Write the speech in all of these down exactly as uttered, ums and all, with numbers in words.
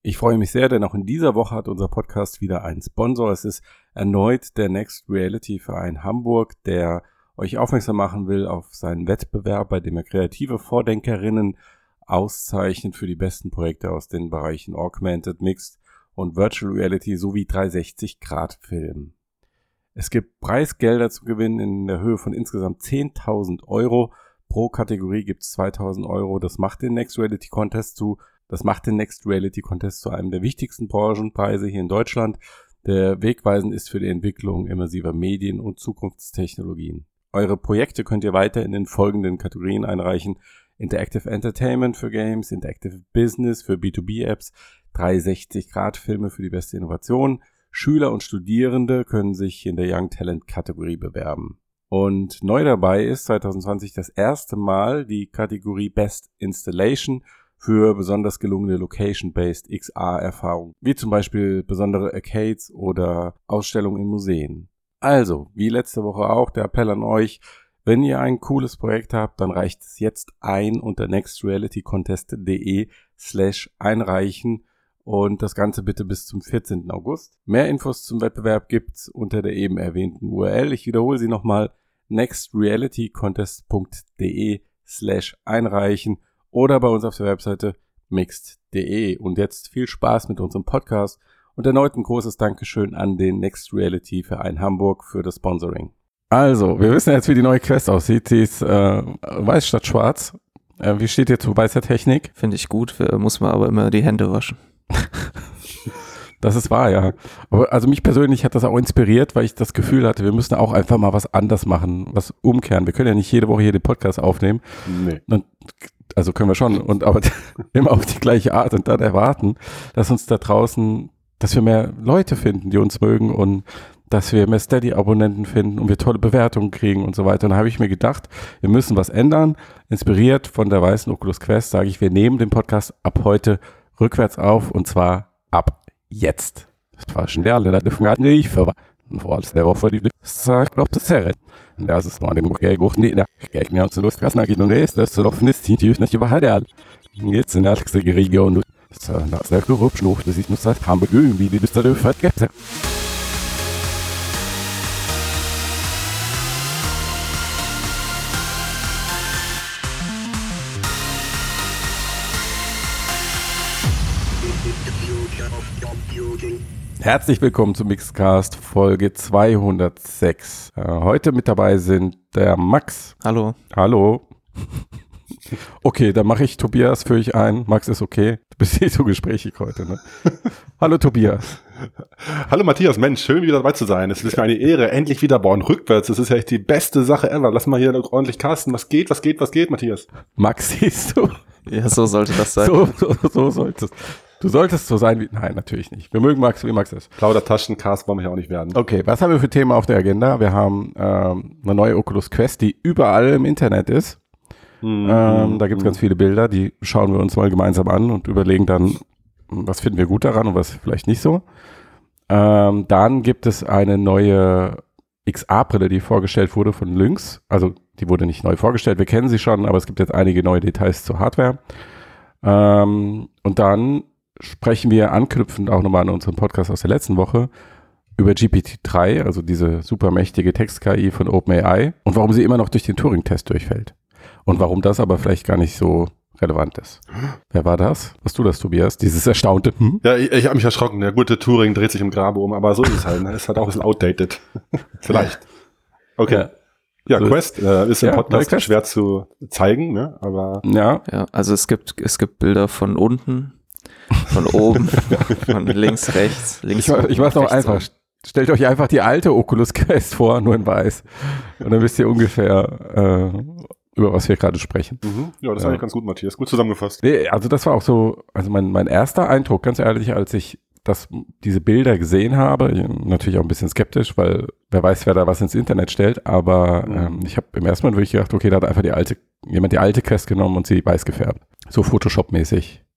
Ich freue mich sehr, denn auch in dieser Woche hat unser Podcast wieder einen Sponsor. Es ist erneut der Next Reality Verein Hamburg, der euch aufmerksam machen will auf seinen Wettbewerb, bei dem er kreative Vordenkerinnen auszeichnet für die besten Projekte aus den Bereichen Augmented, Mixed und Virtual Reality sowie dreihundertsechzig Grad Film. Es gibt Preisgelder zu gewinnen in der Höhe von insgesamt zehntausend Euro. Pro Kategorie gibt es zweitausend Euro. Das macht den Next Reality Contest zu Das macht den Next Reality Contest zu einem der wichtigsten Branchenpreise hier in Deutschland, der wegweisend ist für die Entwicklung immersiver Medien und Zukunftstechnologien. Eure Projekte könnt ihr weiter in den folgenden Kategorien einreichen: Interactive Entertainment für Games, Interactive Business für B zwei B Apps, dreihundertsechzig Grad Filme für die beste Innovation. Schüler und Studierende können sich in der Young Talent Kategorie bewerben. Und neu dabei ist zwanzig zwanzig das erste Mal die Kategorie Best Installation für besonders gelungene Location-Based X R-Erfahrungen, wie zum Beispiel besondere Arcades oder Ausstellungen in Museen. Also, wie letzte Woche auch, der Appell an euch: Wenn ihr ein cooles Projekt habt, dann reicht es jetzt ein unter nextrealitycontest.de slash einreichen und das Ganze bitte bis zum vierzehnten August. Mehr Infos zum Wettbewerb gibt's unter der eben erwähnten U R L. Ich wiederhole sie nochmal: nextrealitycontest.de slash einreichen oder bei uns auf der Webseite mixed punkt de. Und jetzt viel Spaß mit unserem Podcast und erneut ein großes Dankeschön an den Next Reality Verein Hamburg für das Sponsoring. Also, wir wissen jetzt, wie die neue Quest aussieht. Sie ist äh, weiß statt schwarz. Äh, wie steht ihr zu weißer Technik? Finde ich gut, muss man aber immer die Hände waschen. Das ist wahr, ja. Aber also mich persönlich hat das auch inspiriert, weil ich das Gefühl hatte, wir müssen auch einfach mal was anders machen, was umkehren. Wir können ja nicht jede Woche hier den Podcast aufnehmen. Nee. Und, also können wir schon, und aber immer auf die gleiche Art und dann erwarten, dass uns da draußen, dass wir mehr Leute finden, die uns mögen und dass wir mehr Steady-Abonnenten finden und wir tolle Bewertungen kriegen und so weiter. Und da habe ich mir gedacht, wir müssen was ändern. Inspiriert von der weißen Oculus Quest sage ich, wir nehmen den Podcast ab heute rückwärts auf und zwar ab jetzt. Das war schon der alle, das war nicht für vor allem der Woche die sagt ob das Herren. Das ist mal dem Geld gut nicht, Geld mehr zu Lust kassen geht und ist das so offen ist die nicht über halt. Jetzt in der Region und das ist der Korruption, das ist nur seit haben wir irgendwie die bist da vergessen. Herzlich willkommen zum Mixcast Folge zweihundertsechs. Äh, heute mit dabei sind der Max. Hallo. Hallo. Okay, dann mache ich Tobias für euch ein. Max ist okay. Du bist eh so gesprächig heute, ne? Hallo Tobias. Hallo Matthias, Mensch, schön wieder dabei zu sein. Es ist mir eine Ehre, endlich wieder bauen rückwärts. Das ist ja echt die beste Sache ever. Lass mal hier ordentlich casten. Was geht, was geht, was geht, Matthias? Max, siehst du? Ja, so sollte das sein. So, so, so sollte es. Du solltest so sein wie... Nein, natürlich nicht. Wir mögen Max, wie Max ist. Plaudertaschen-Cast wollen wir ja auch nicht werden. Okay, was haben wir für Themen auf der Agenda? Wir haben ähm, eine neue Oculus Quest, die überall im Internet ist. Mhm. Ähm, da gibt es ganz viele Bilder, die schauen wir uns mal gemeinsam an und überlegen dann, was finden wir gut daran und was vielleicht nicht so. Ähm, dann gibt es eine neue X R-Brille, die vorgestellt wurde von Lynx. Also die wurde nicht neu vorgestellt, wir kennen sie schon, aber es gibt jetzt einige neue Details zur Hardware. Ähm, und dann sprechen wir anknüpfend auch nochmal an unseren Podcast aus der letzten Woche über G P T drei, also diese supermächtige Text-K I von OpenAI und warum sie immer noch durch den Turing-Test durchfällt. Und warum das aber vielleicht gar nicht so relevant ist. Wer war das? Warst du das, Tobias? Dieses erstaunte? Hm? Ja, ich, ich habe mich erschrocken. Der gute Turing dreht sich im Grabe um, aber so ist es halt. Ne? Ist halt auch ein bisschen outdated. Vielleicht. Okay. Ja. Ja, so Quest äh, ist im ja, Podcast schwer zu zeigen, ne? Aber ja. ja, also es gibt es gibt Bilder von unten, von oben, von links, rechts, links. Ich, ich mach's noch einfach. Um. Stellt euch einfach die alte Oculus Quest vor, nur in weiß, und dann wisst ihr ungefähr, äh, über was wir gerade sprechen. Mhm. Ja, das ist ja. eigentlich ganz gut, Matthias. Gut zusammengefasst. Nee, also das war auch so, also mein mein erster Eindruck, ganz ehrlich, als ich das, diese Bilder gesehen habe, natürlich auch ein bisschen skeptisch, weil wer weiß, wer da was ins Internet stellt, aber mhm. ähm, ich habe im ersten Mal wirklich gedacht, okay, da hat einfach die alte, jemand die alte Quest genommen und sie weiß gefärbt. So Photoshop-mäßig.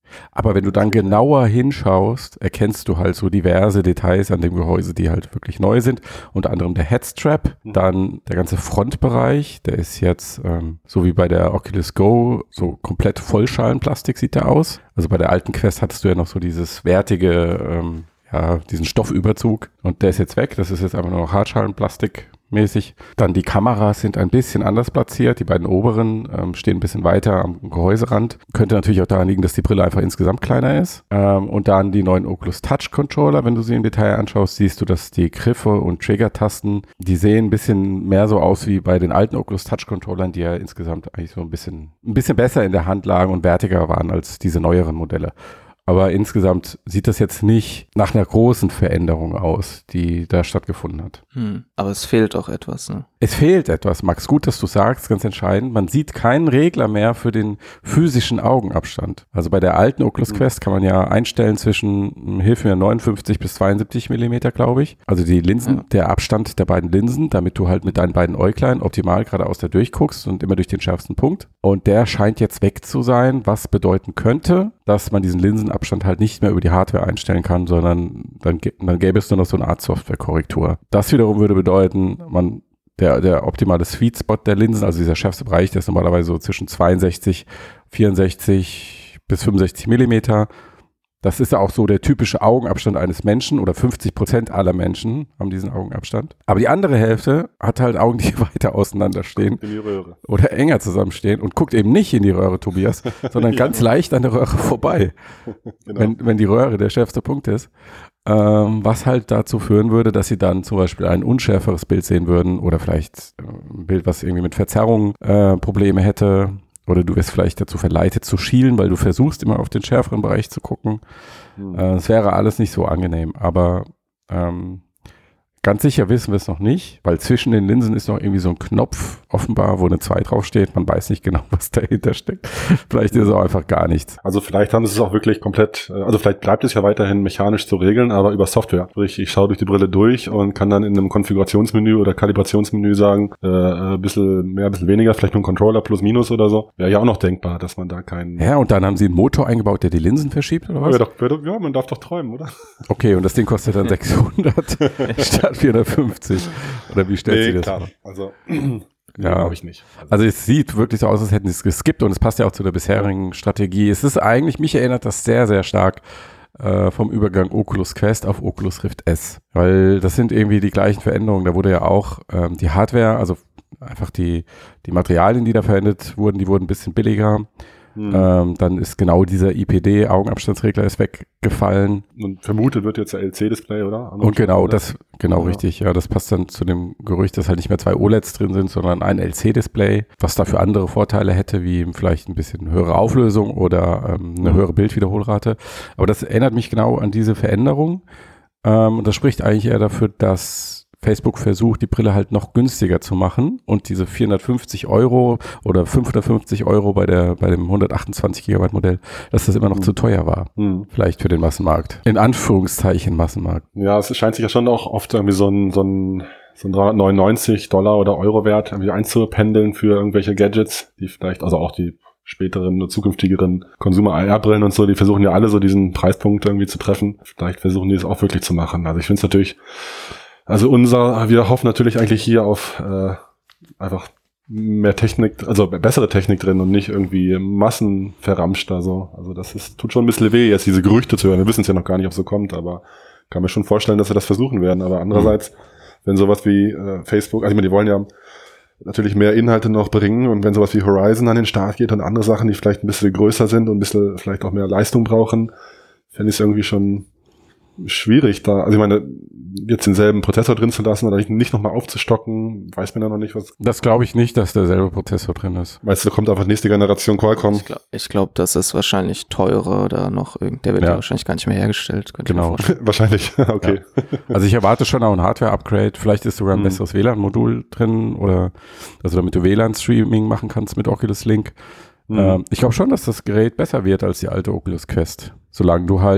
Aber wenn du dann genauer hinschaust, erkennst du halt so diverse Details an dem Gehäuse, die halt wirklich neu sind. Unter anderem der Headstrap, dann der ganze Frontbereich, der ist jetzt ähm, so wie bei der Oculus Go, so komplett Vollschalenplastik sieht der aus. Also bei der alten Quest hattest du ja noch so dieses wertige, ähm, ja, diesen Stoffüberzug und der ist jetzt weg. Das ist jetzt einfach nur noch Hartschalenplastik. Mäßig. Dann die Kameras sind ein bisschen anders platziert. Die beiden oberen ähm, stehen ein bisschen weiter am Gehäuserand. Könnte natürlich auch daran liegen, dass die Brille einfach insgesamt kleiner ist. Ähm, und dann die neuen Oculus Touch Controller. Wenn du sie im Detail anschaust, siehst du, dass die Griffe und Trigger-Tasten, die sehen ein bisschen mehr so aus wie bei den alten Oculus Touch Controllern, die ja insgesamt eigentlich so ein bisschen, ein bisschen besser in der Hand lagen und wertiger waren als diese neueren Modelle. Aber insgesamt sieht das jetzt nicht nach einer großen Veränderung aus, die da stattgefunden hat. Hm, aber es fehlt auch etwas, ne? Es fehlt etwas, Max. Gut, dass du sagst, ganz entscheidend. Man sieht keinen Regler mehr für den physischen Augenabstand. Also bei der alten Oculus Quest kann man ja einstellen zwischen, hilf mir, neunundfünfzig bis zweiundsiebzig Millimeter, glaube ich. Also die Linsen, ja. Der Abstand der beiden Linsen, damit du halt mit deinen beiden Äuglein optimal geradeaus da durchguckst und immer durch den schärfsten Punkt. Und der scheint jetzt weg zu sein, was bedeuten könnte, dass man diesen Linsenabstand halt nicht mehr über die Hardware einstellen kann, sondern dann, dann gäbe es nur noch so eine Art Softwarekorrektur. Das wiederum würde bedeuten, man der, der optimale Sweet Spot der Linsen, also dieser schärfste Bereich, der ist normalerweise so zwischen zweiundsechzig, vierundsechzig bis fünfundsechzig Millimeter. Das ist ja auch so der typische Augenabstand eines Menschen oder fünfzig Prozent aller Menschen haben diesen Augenabstand. Aber die andere Hälfte hat halt Augen, die weiter auseinander stehen in die Röhre oder enger zusammenstehen und guckt eben nicht in die Röhre, Tobias, sondern ganz leicht an der Röhre vorbei, genau. wenn, wenn die Röhre der schärfste Punkt ist. Ähm, was halt dazu führen würde, dass sie dann zum Beispiel ein unschärferes Bild sehen würden oder vielleicht ein Bild, was irgendwie mit Verzerrung äh, Probleme hätte. Oder du wirst vielleicht dazu verleitet zu schielen, weil du versuchst immer auf den schärferen Bereich zu gucken. Mhm. Äh, das wäre alles nicht so angenehm. Aber ähm, ganz sicher wissen wir es noch nicht, weil zwischen den Linsen ist noch irgendwie so ein Knopf offenbar, wo eine zwei draufsteht. Man weiß nicht genau, was dahinter steckt. Vielleicht ist es auch einfach gar nichts. Also vielleicht haben sie es auch wirklich komplett, also vielleicht bleibt es ja weiterhin mechanisch zu regeln, aber über Software. Sprich, ich schaue durch die Brille durch und kann dann in einem Konfigurationsmenü oder Kalibrationsmenü sagen, äh, ein bisschen mehr, ein bisschen weniger, vielleicht mit einem Controller plus minus oder so. Wäre ja auch noch denkbar, dass man da keinen... Ja, und dann haben sie einen Motor eingebaut, der die Linsen verschiebt, oder was? Ja, doch, ja, man darf doch träumen, oder? Okay, und das Ding kostet dann sechshundert statt vierhundertfünfzig. Oder wie stellt nee, sie das? Klar. Also... Ja, glaube ich nicht. Also, also es sieht wirklich so aus, als hätten sie es geskippt und es passt ja auch zu der bisherigen Strategie. Es ist eigentlich, mich erinnert das sehr, sehr stark äh, vom Übergang Oculus Quest auf Oculus Rift S, weil das sind irgendwie die gleichen Veränderungen. Da wurde ja auch ähm, die Hardware, also einfach die, die Materialien, die da verwendet wurden, die wurden ein bisschen billiger. Hm. Ähm, dann ist genau dieser I P D-Augenabstandsregler ist weggefallen. Und vermutet wird jetzt der L C-Display, oder? Und genau, das, genau ja. richtig, ja, das passt dann zu dem Gerücht, dass halt nicht mehr zwei O L E Ds drin sind, sondern ein L C-Display, was dafür andere Vorteile hätte, wie vielleicht ein bisschen höhere Auflösung oder ähm, eine höhere Bildwiederholrate. Aber das erinnert mich genau an diese Veränderung. Ähm, und das spricht eigentlich eher dafür, dass Facebook versucht, die Brille halt noch günstiger zu machen und diese vierhundertfünfzig Euro oder fünfhundertfünfzig Euro bei der bei dem hundertachtundzwanzig Gigabyte Modell, dass das immer noch mhm. zu teuer war. Mhm. Vielleicht für den Massenmarkt. In Anführungszeichen Massenmarkt. Ja, es scheint sich ja schon auch oft irgendwie so ein, so ein, so ein dreihundertneunundneunzig Dollar oder Euro Wert irgendwie einzupendeln für irgendwelche Gadgets, die vielleicht, also auch die späteren oder zukünftigeren Consumer-I R-Brillen und so, die versuchen ja alle so diesen Preispunkt irgendwie zu treffen. Vielleicht versuchen die es auch wirklich zu machen. Also ich finde es natürlich Also unser, wir hoffen natürlich eigentlich hier auf äh, einfach mehr Technik, also bessere Technik drin und nicht irgendwie Massenverramscht da so. Also das ist, tut schon ein bisschen weh, jetzt diese Gerüchte zu hören. Wir wissen es ja noch gar nicht, ob es so kommt, aber kann mir schon vorstellen, dass wir das versuchen werden. Aber andererseits, mhm. wenn sowas wie äh, Facebook, also ich meine, die wollen ja natürlich mehr Inhalte noch bringen und wenn sowas wie Horizon an den Start geht und andere Sachen, die vielleicht ein bisschen größer sind und ein bisschen vielleicht auch mehr Leistung brauchen, fände ich es irgendwie schon schwierig da, also ich meine, jetzt denselben Prozessor drin zu lassen oder nicht nochmal aufzustocken, weiß man ja noch nicht, was... Das glaube ich nicht, dass derselbe Prozessor drin ist. Weißt du, da kommt einfach nächste Generation Qualcomm. Ich glaube, glaub, das ist wahrscheinlich teurer oder noch irgend, der wird ja wahrscheinlich gar nicht mehr hergestellt. Genau. Wahrscheinlich, okay. Ja. Also ich erwarte schon auch ein Hardware-Upgrade, vielleicht ist sogar ein mhm. besseres W L A N-Modul drin oder, also damit du W L A N-Streaming machen kannst mit Oculus Link. Mhm. Ähm, ich glaube schon, dass das Gerät besser wird als die alte Oculus Quest, solange du halt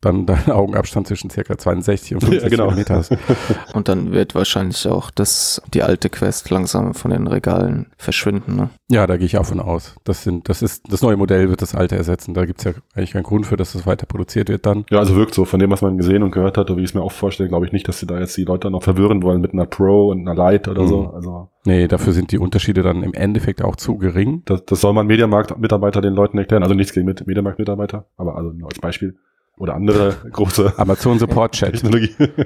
dann deinen Augenabstand zwischen ca. zweiundsechzig und fünfundsechzig ja, genau. Millimeter hast. Und dann wird wahrscheinlich auch das, die alte Quest langsam von den Regalen verschwinden, ne? Ja, da gehe ich auch von aus. Das sind, das ist, das neue Modell wird das alte ersetzen. Da gibt es ja eigentlich keinen Grund für, dass das weiter produziert wird dann. Ja, also wirkt so. Von dem, was man gesehen und gehört hat, oder wie ich es mir auch vorstelle, glaube ich nicht, dass sie da jetzt die Leute noch verwirren wollen mit einer Pro und einer Lite oder mhm. so. Also nee, dafür sind die Unterschiede dann im Endeffekt auch zu gering. Das, das soll man Mediamarkt-Mitarbeiter den Leuten erklären. Also nichts gegen Mediamarkt-Mitarbeiter, aber also nur als Beispiel. Oder andere große Amazon Support Chat. Technologie.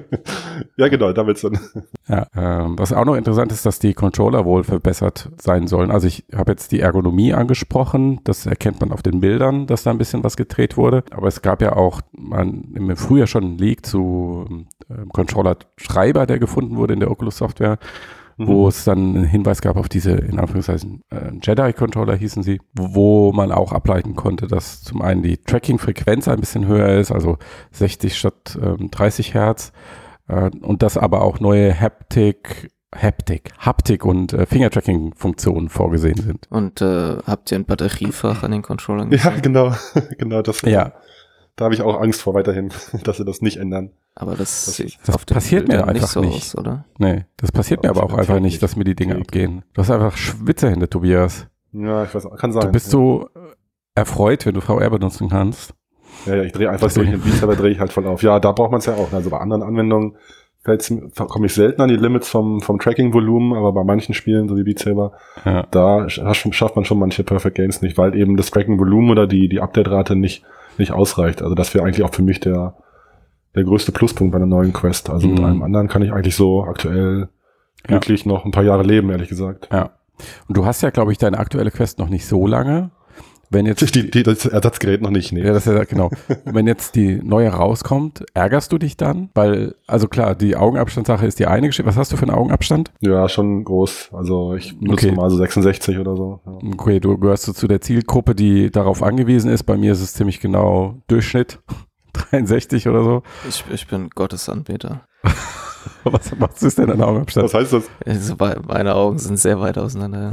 Ja, genau, damit dann. Ja, ähm, was auch noch interessant ist, dass die Controller wohl verbessert sein sollen. Also ich habe jetzt die Ergonomie angesprochen. Das erkennt man auf den Bildern, dass da ein bisschen was gedreht wurde. Aber es gab ja auch man, im Frühjahr schon einen Leak zu ähm, Controller-Schreiber, der gefunden wurde in der Oculus-Software, mhm. wo es dann einen Hinweis gab auf diese, in Anführungszeichen, äh, Jedi-Controller hießen sie, wo man auch ableiten konnte, dass zum einen die Tracking-Frequenz ein bisschen höher ist, also sechzig statt ähm, dreißig Hertz, äh, und dass aber auch neue Haptik, Haptik, Haptik und äh, Finger-Tracking-Funktionen vorgesehen sind. Und äh, habt ihr ein Batteriefach an den Controllern gesehen? Ja, genau, genau das. Ja. Da habe ich auch Angst vor weiterhin, dass sie das nicht ändern. Aber das, das, das auf passiert mir einfach nicht so nicht. aus, oder? Nee, das passiert mir aber auch einfach nicht, dass mir die Dinge abgehen. Du hast einfach Schwitzerhände, Tobias. Ja, ich weiß, kann sein. Du bist so erfreut, wenn du V R benutzen kannst. Ja, ja, ich drehe einfach durch den Beat, aber drehe ich halt voll auf. Ja, da braucht man es ja auch. Also bei anderen Anwendungen komme ich selten an die Limits vom, vom Tracking-Volumen, aber bei manchen Spielen, so wie Beat Saber, ja. da schafft man schon manche Perfect Games nicht, weil eben das Tracking-Volumen oder die, die Update-Rate nicht nicht ausreicht. Also das wäre eigentlich auch für mich der der größte Pluspunkt bei einer neuen Quest. Also mhm. mit einem anderen kann ich eigentlich so aktuell ja. glücklich noch ein paar Jahre leben, ehrlich gesagt. Ja. Und du hast ja, glaube ich, deine aktuelle Quest noch nicht so lange. Wenn jetzt die, die, das Ersatzgerät noch nicht, nee. Ja, das ist ja, genau. Wenn jetzt die neue rauskommt, ärgerst du dich dann? Weil, also klar, die Augenabstandssache ist die eine Geschichte. Was hast du für einen Augenabstand? Ja, schon groß. Also ich nutze okay. mal so sechsundsechzig oder so. Ja. Okay, du gehörst so zu der Zielgruppe, die darauf angewiesen ist. Bei mir ist es ziemlich genau Durchschnitt. dreiundsechzig oder so. Ich, ich bin Gottesanbeter. Was, was ist denn ein Augenabstand? Was heißt das? Also meine Augen sind sehr weit auseinander.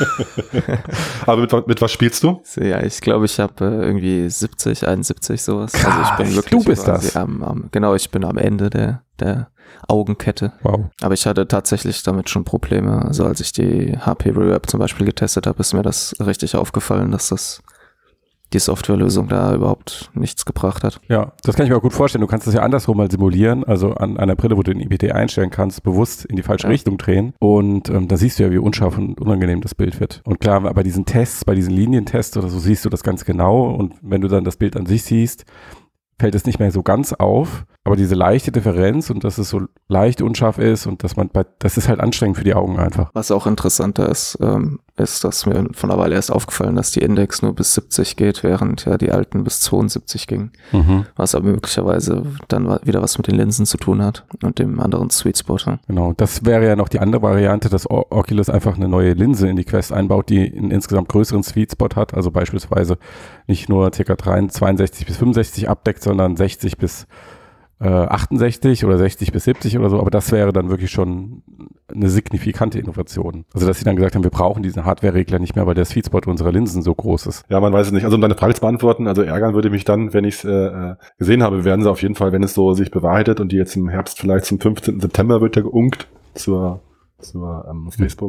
Aber mit, mit was spielst du? Ja, ich glaube, ich habe äh, irgendwie siebzig, einundsiebzig sowas. Krass, also ich bin wirklich du bist das. Am, am, genau, ich bin am Ende der, der Augenkette. Wow. Aber ich hatte tatsächlich damit schon Probleme. Also als ich die H P Reverb zum Beispiel getestet habe, ist mir das richtig aufgefallen, dass das die Softwarelösung da überhaupt nichts gebracht hat. Ja, das kann ich mir auch gut vorstellen. Du kannst das ja andersrum mal simulieren, also an einer Brille, wo du den I P T einstellen kannst, bewusst in die falsche ja. Richtung drehen und ähm, da siehst du ja, wie unscharf und unangenehm das Bild wird. Und klar, bei diesen Tests, bei diesen Linientests oder so siehst du das ganz genau und wenn du dann das Bild an sich siehst, fällt es nicht mehr so ganz auf, aber diese leichte Differenz und dass es so leicht unscharf ist und dass man bei, das ist halt anstrengend für die Augen einfach. Was auch interessanter ist, ähm, ist, dass mir von einer Weile erst aufgefallen, dass die Index nur bis siebzig geht, während ja die alten bis zweiundsiebzig gingen. Mhm. Was aber möglicherweise dann wieder was mit den Linsen zu tun hat und dem anderen Sweet Spot. Ja. Genau, das wäre ja noch die andere Variante, dass Oculus einfach eine neue Linse in die Quest einbaut, die einen insgesamt größeren Sweet Spot hat, also beispielsweise nicht nur ca. zweiundsechzig bis fünfundsechzig abdeckt, sondern sechzig bis achtundsechzig oder sechzig bis siebzig oder so, aber das wäre dann wirklich schon eine signifikante Innovation. Also dass sie dann gesagt haben, wir brauchen diesen Hardware-Regler nicht mehr, weil der Sweet Spot unserer Linsen so groß ist. Ja, man weiß es nicht. Also um deine Frage zu beantworten, also ärgern würde mich dann, wenn ich es äh, gesehen habe, werden sie auf jeden Fall, wenn es so sich bewahrheitet und die jetzt im Herbst vielleicht zum fünfzehnten September wird ja geunkt zur, zur ähm,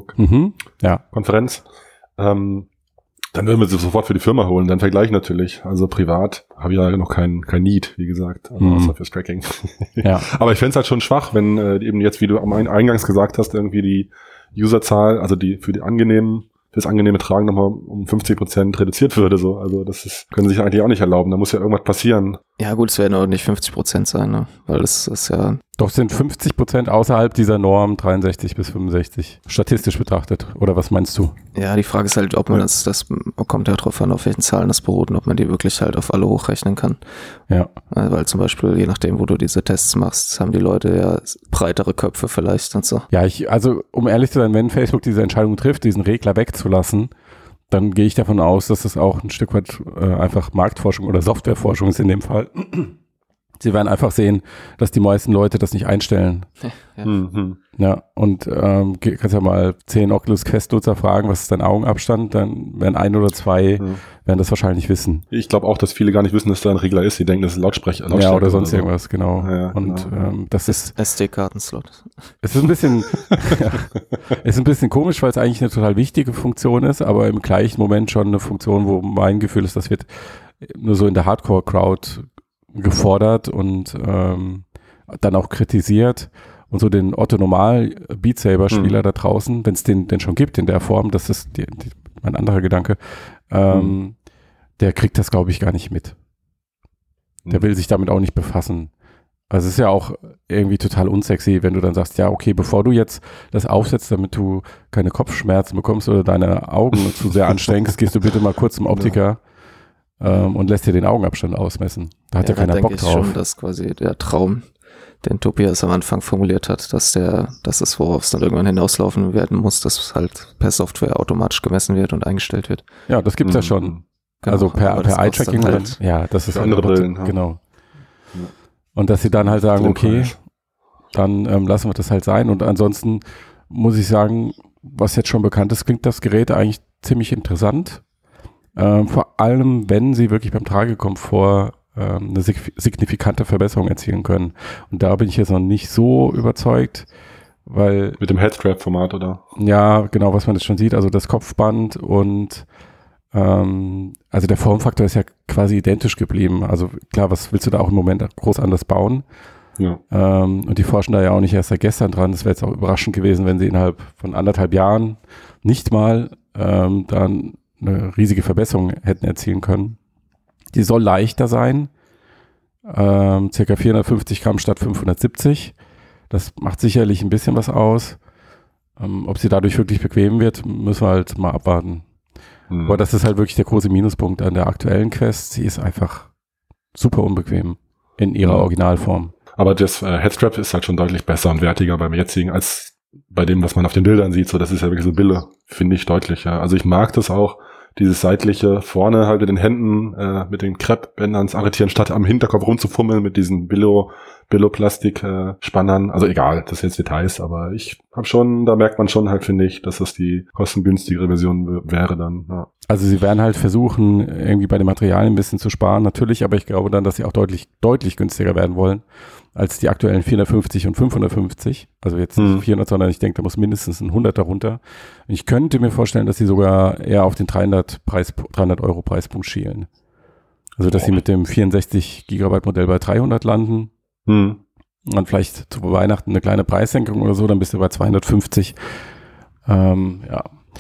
Facebook-Konferenz. Mhm. Ja. Ähm, Dann würden wir sie sofort für die Firma holen, dann vergleichen natürlich. Also privat habe ich ja noch kein kein Need, wie gesagt, also mhm. außer fürs Tracking. Ja. Aber ich fände es halt schon schwach, wenn äh, eben jetzt, wie du am Eingangs gesagt hast, irgendwie die Userzahl, also die für die angenehmen, fürs angenehme Tragen nochmal um fünfzig Prozent reduziert würde. So. Also das ist, können sie sich eigentlich auch nicht erlauben. Da muss ja irgendwas passieren. Ja gut, es werden auch nicht fünfzig Prozent sein, ne? Weil das ist ja... Doch sind fünfzig Prozent außerhalb dieser Norm, dreiundsechzig bis fünfundsechzig, statistisch betrachtet. Oder was meinst du? Ja, die Frage ist halt, ob man ja. das, das kommt ja drauf an, auf welchen Zahlen das beruht und ob man die wirklich halt auf alle hochrechnen kann. Ja. Weil zum Beispiel, je nachdem, wo du diese Tests machst, haben die Leute ja breitere Köpfe vielleicht und so. Ja, ich, also um ehrlich zu sein, wenn Facebook diese Entscheidung trifft, diesen Regler wegzulassen, dann gehe ich davon aus, dass das auch ein Stück weit äh, einfach Marktforschung oder Softwareforschung ist in dem Fall. Sie werden einfach sehen, dass die meisten Leute das nicht einstellen. Ja. Mhm. Ja, und ähm, ge- kannst ja mal zehn Oculus Quest-Nutzer fragen, was ist dein Augenabstand, dann werden ein oder zwei, Ja. werden das wahrscheinlich wissen. Ich glaube auch, dass viele gar nicht wissen, dass da ein Regler ist. Die denken, das ist Lautsprecher. Ja, oder sonst so. irgendwas, genau. Ja, und genau. ähm, das ist, S D-Kartenslot. es ist ein bisschen, ja, es ist ein bisschen komisch, weil es eigentlich eine total wichtige Funktion ist, aber im gleichen Moment schon eine Funktion, wo mein Gefühl ist, das wird nur so in der Hardcore-Crowd gefordert und ähm, dann auch kritisiert. Und so den Otto-Normal-Beat Saber-Spieler Mhm. da draußen, wenn es den denn schon gibt in der Form, das ist die, die, mein anderer Gedanke, ähm, Mhm. der kriegt das, glaube ich, gar nicht mit. Der Mhm. will sich damit auch nicht befassen. Also es ist ja auch irgendwie total unsexy, wenn du dann sagst, ja, okay, bevor du jetzt das aufsetzt, damit du keine Kopfschmerzen bekommst oder deine Augen zu sehr anstrengst, gehst du bitte mal kurz zum Optiker ähm, und lässt dir den Augenabstand ausmessen. Da hat ja, Ja, keiner dann Bock denke ich drauf. schon, dass quasi der Traum, den Tobias am Anfang formuliert hat, dass der, das ist, worauf es dann irgendwann hinauslaufen werden muss, dass halt per Software automatisch gemessen wird und eingestellt wird. Ja, das gibt's ja Mhm. schon. Genau, also per, aber das per kostet Eye-Tracking. dann Halt, halt ja, das ist für halt andere aber- Brillen, ja. Genau. Ja. Und dass sie dann halt sagen, Den okay, Preis. dann ähm, lassen wir das halt sein. Und ansonsten muss ich sagen, was jetzt schon bekannt ist, klingt das Gerät eigentlich ziemlich interessant. Ähm, vor allem, wenn sie wirklich beim Tragekomfort ähm, eine sig- signifikante Verbesserung erzielen können. Und da bin ich jetzt noch nicht so überzeugt, weil, Mit dem Headstrap-Format, oder? ja, genau, was man jetzt schon sieht, also das Kopfband und ähm, also der Formfaktor ist ja quasi identisch geblieben. Also klar, was willst du da auch im Moment groß anders bauen? Ja. Ähm, und die forschen da ja auch nicht erst seit gestern dran. Das wäre jetzt auch überraschend gewesen, wenn sie innerhalb von anderthalb Jahren nicht mal ähm, dann eine riesige Verbesserung hätten erzielen können. Die soll leichter sein, ähm, circa vierhundertfünfzig Gramm statt fünfhundertsiebzig. Das macht sicherlich ein bisschen was aus. Ähm, ob sie dadurch wirklich bequem wird, müssen wir halt mal abwarten. Mhm. Aber das ist halt wirklich der große Minuspunkt an der aktuellen Quest. Sie ist einfach super unbequem in ihrer Ja. Originalform. Aber das äh, Headstrap ist halt schon deutlich besser und wertiger beim jetzigen als bei dem, was man auf den Bildern sieht. So, das ist ja wirklich so Bille, finde ich deutlich. Ja. Also ich mag das auch, dieses seitliche vorne halt mit den Händen, äh, mit den Kreppbändern zu arretieren, statt am Hinterkopf rumzufummeln mit diesen Billo, Billo-Plastik-Spannern. Also egal, das sind jetzt Details, aber ich habe schon, da merkt man schon halt, finde ich, dass das die kostengünstigere Version w- wäre dann. Ja. Also sie werden halt versuchen, irgendwie bei den Materialien ein bisschen zu sparen, natürlich, aber ich glaube dann, dass sie auch deutlich, deutlich günstiger werden wollen als die aktuellen vierhundertfünfzig und fünfhundertfünfzig. Also jetzt nicht Mhm. vierhundert, sondern ich denke, da muss mindestens ein hundert darunter. Ich könnte mir vorstellen, dass sie sogar eher auf den dreihundert Preis, dreihundert Euro Preispunkt schielen. Also dass Oh. sie mit dem vierundsechzig Gigabyte Modell bei dreihundert landen. Hm. Und vielleicht zu Weihnachten eine kleine Preissenkung oder so, dann bist du bei zweihundertfünfzig. Ähm, ja.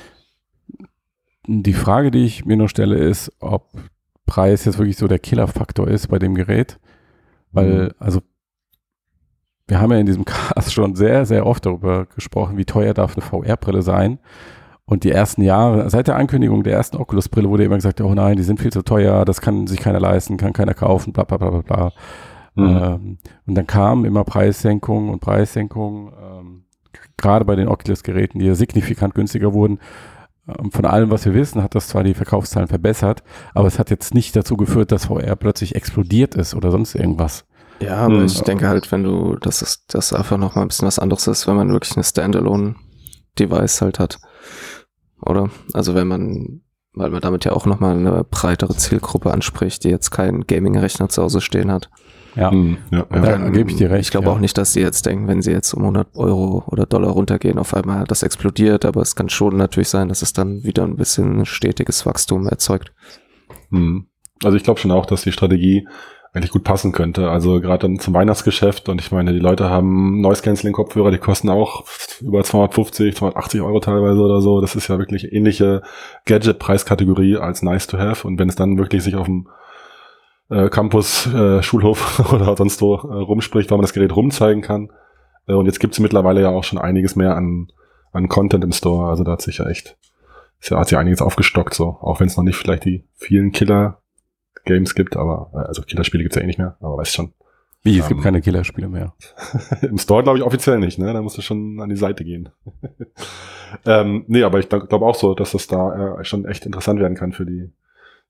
Die Frage, die ich mir noch stelle, ist, ob Preis jetzt wirklich so der Killerfaktor ist bei dem Gerät. Weil, Mhm. also, wir haben ja in diesem Cast schon sehr, sehr oft darüber gesprochen, wie teuer darf eine V R-Brille sein. Und die ersten Jahre, seit der Ankündigung der ersten Oculus-Brille wurde immer gesagt, oh nein, die sind viel zu teuer, das kann sich keiner leisten, kann keiner kaufen, bla bla bla bla bla. Mhm. Ähm, und dann kamen immer Preissenkungen und Preissenkungen, ähm, gerade bei den Oculus-Geräten, die ja signifikant günstiger wurden. Ähm, von allem, was wir wissen, hat das zwar die Verkaufszahlen verbessert, aber es hat jetzt nicht dazu geführt, dass V R plötzlich explodiert ist oder sonst irgendwas. Ja, aber Hm. ich denke halt, wenn du, dass es das einfach noch mal ein bisschen was anderes ist, wenn man wirklich eine Standalone-Device halt hat. Oder? Also wenn man, weil man damit ja auch noch mal eine breitere Zielgruppe anspricht, die jetzt keinen Gaming-Rechner zu Hause stehen hat. Ja, Hm. Ja, Da ja. Dann- gebe ich dir recht, Ich glaube ja. auch nicht, dass sie jetzt denken, wenn sie jetzt um hundert Euro oder Dollar runtergehen, auf einmal das explodiert, aber es kann schon natürlich sein, dass es dann wieder ein bisschen stetiges Wachstum erzeugt. Hm. Also ich glaube schon auch, dass die Strategie eigentlich gut passen könnte. Also gerade dann zum Weihnachtsgeschäft, und ich meine, die Leute haben Noise-Canceling-Kopfhörer, die kosten auch über zweihundertfünfzig, zweihundertachtzig Euro teilweise oder so. Das ist ja wirklich ähnliche Gadget-Preiskategorie als nice to have. Und wenn es dann wirklich sich auf dem äh, Campus, äh, Schulhof oder sonst wo äh, rumspricht, weil man das Gerät rumzeigen kann. Äh, und jetzt gibt es mittlerweile ja auch schon einiges mehr an, an Content im Store. Also da hat sich ja echt, ist ja, hat sich einiges aufgestockt, so. Auch wenn es noch nicht vielleicht die vielen Killer-Games gibt, aber, äh, also Killerspiele gibt's ja eh nicht mehr, aber weißt schon. Wie, es Ähm, gibt keine Killerspiele mehr. Im Store glaube ich offiziell nicht, ne? Da musst du schon an die Seite gehen. ähm, nee, aber ich glaube auch so, dass das da äh, schon echt interessant werden kann für die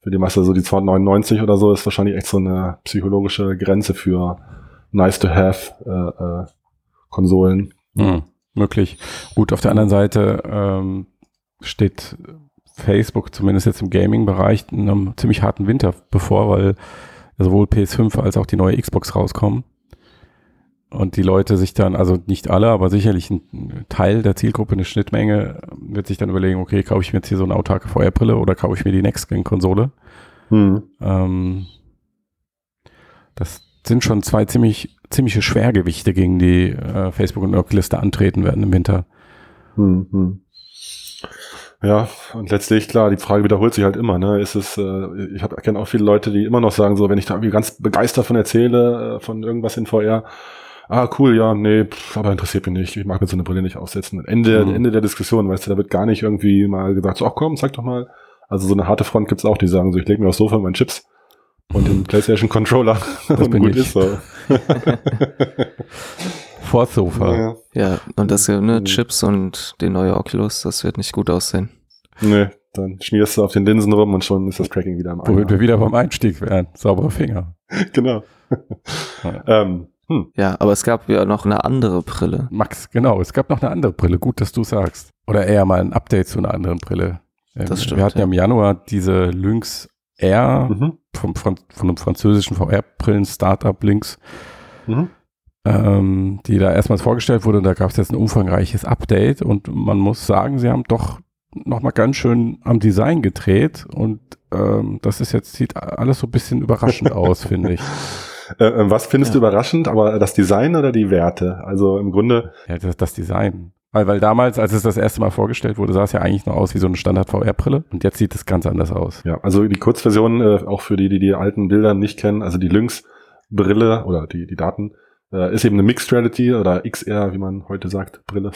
für die Masse, so die zweihundertneunundneunzig oder so, ist wahrscheinlich echt so eine psychologische Grenze für nice to have äh, äh, Konsolen. Hm, möglich. Gut, auf der anderen Seite ähm, steht Facebook zumindest jetzt im Gaming-Bereich einem ziemlich harten Winter bevor, weil sowohl P S fünf als auch die neue Xbox rauskommen. Und die Leute sich dann, also nicht alle, aber sicherlich ein Teil der Zielgruppe, eine Schnittmenge, wird sich dann überlegen, okay, kaufe ich mir jetzt hier so eine autarke V R-Brille oder kaufe ich mir die Next-Gen-Konsole? Hm. Ähm, das sind schon zwei ziemlich ziemliche Schwergewichte, gegen die äh, Facebook und Oculus da antreten werden im Winter. Hm, hm. Ja, und letztlich, klar, die Frage wiederholt sich halt immer, ne? Ist es, äh, ich habe kenne auch viele Leute, die immer noch sagen, so, wenn ich da irgendwie ganz begeistert von erzähle, äh, von irgendwas in V R, ah, cool, ja, nee, pff, aber interessiert mich nicht, ich mag mir so eine Brille nicht aufsetzen. Ende, mhm. Ende der Diskussion, weißt du, da wird gar nicht irgendwie mal gesagt, so, ach komm, zeig doch mal. Also so eine harte Front gibt's auch, die sagen so, ich lege mir aufs Sofa meinen Chips und den PlayStation-Controller und gut ist so. Vor Sofa. Ja. ja, und das hier, ne, Chips und die neue Oculus, das wird nicht gut aussehen. Nee, dann schmierst du auf den Linsen rum und schon ist das Tracking wieder am Eimer. Womit wir wieder beim Einstieg werden. Saubere Finger. Genau. ähm, hm. Ja, aber es gab ja noch eine andere Brille. Max, genau, es gab noch eine andere Brille. Gut, dass du sagst. Oder eher mal ein Update zu einer anderen Brille. Das stimmt. Wir hatten ja im Januar diese Lynx R mhm. vom, von, von einem französischen V R-Brillen-Startup Lynx, mhm. ähm, die da erstmals vorgestellt wurde. Und da gab es jetzt ein umfangreiches Update. Und man muss sagen, sie haben doch nochmal ganz schön am Design gedreht. Und ähm, das ist jetzt, sieht alles so ein bisschen überraschend aus, finde ich. Äh, was findest ja. du überraschend? Aber das Design oder die Werte? Also im Grunde... Ja, das, das Design. Weil, weil damals, als es das erste Mal vorgestellt wurde, sah es ja eigentlich noch aus wie so eine Standard-V R-Brille. Und jetzt sieht es ganz anders aus. Ja, also die Kurzversion, äh, auch für die, die die alten Bilder nicht kennen, also die Lynx-Brille oder die die Daten, äh, ist eben eine Mixed Reality oder X R, wie man heute sagt, Brille,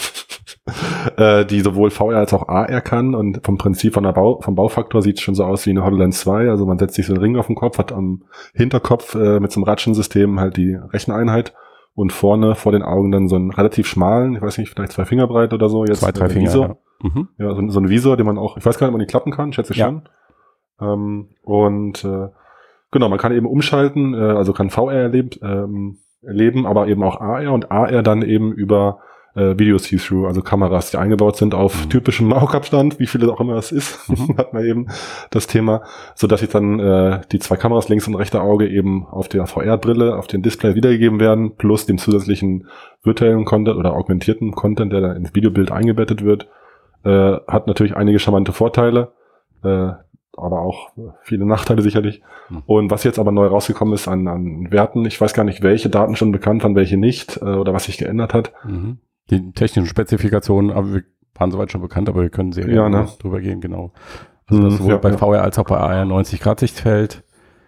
äh, die sowohl V R als auch A R kann. Und vom Prinzip, von der Bau, vom Baufaktor sieht es schon so aus wie eine HoloLens zwei. Also man setzt sich so einen Ring auf den Kopf, hat am Hinterkopf äh, mit so einem Ratschensystem halt die Recheneinheit. Und vorne vor den Augen dann so einen relativ schmalen, ich weiß nicht, vielleicht zwei Finger breit oder so. Jetzt zwei, drei Finger, Visor. Ja, mhm. ja so, so ein Visor, den man auch, ich weiß gar nicht, ob man die klappen kann, schätze ich ja. schon. Ähm, und äh, genau, man kann eben umschalten, äh, also kann V R erlebt, ähm, erleben, aber eben auch A R und A R dann eben über äh, Video-See-Through, also Kameras, die eingebaut sind auf mhm. typischem Augabstand, wie viele auch immer es ist, mhm. hat man eben das Thema, so dass sich dann äh, die zwei Kameras links und rechte Auge eben auf der V R-Brille, auf den Display wiedergegeben werden, plus dem zusätzlichen virtuellen Content oder augmentierten Content, der dann ins Videobild eingebettet wird, äh, hat natürlich einige charmante Vorteile, äh, aber auch viele Nachteile sicherlich. Mhm. Und was jetzt aber neu rausgekommen ist an, an Werten, ich weiß gar nicht, welche Daten schon bekannt waren, welche nicht, äh, oder was sich geändert hat. Mhm. Die technischen Spezifikationen aber wir waren soweit schon bekannt, aber wir können sehr ja, ne? drüber gehen, genau. Also das sowohl ja, bei ja. V R als auch bei A R neunzig Grad Sichtfeld.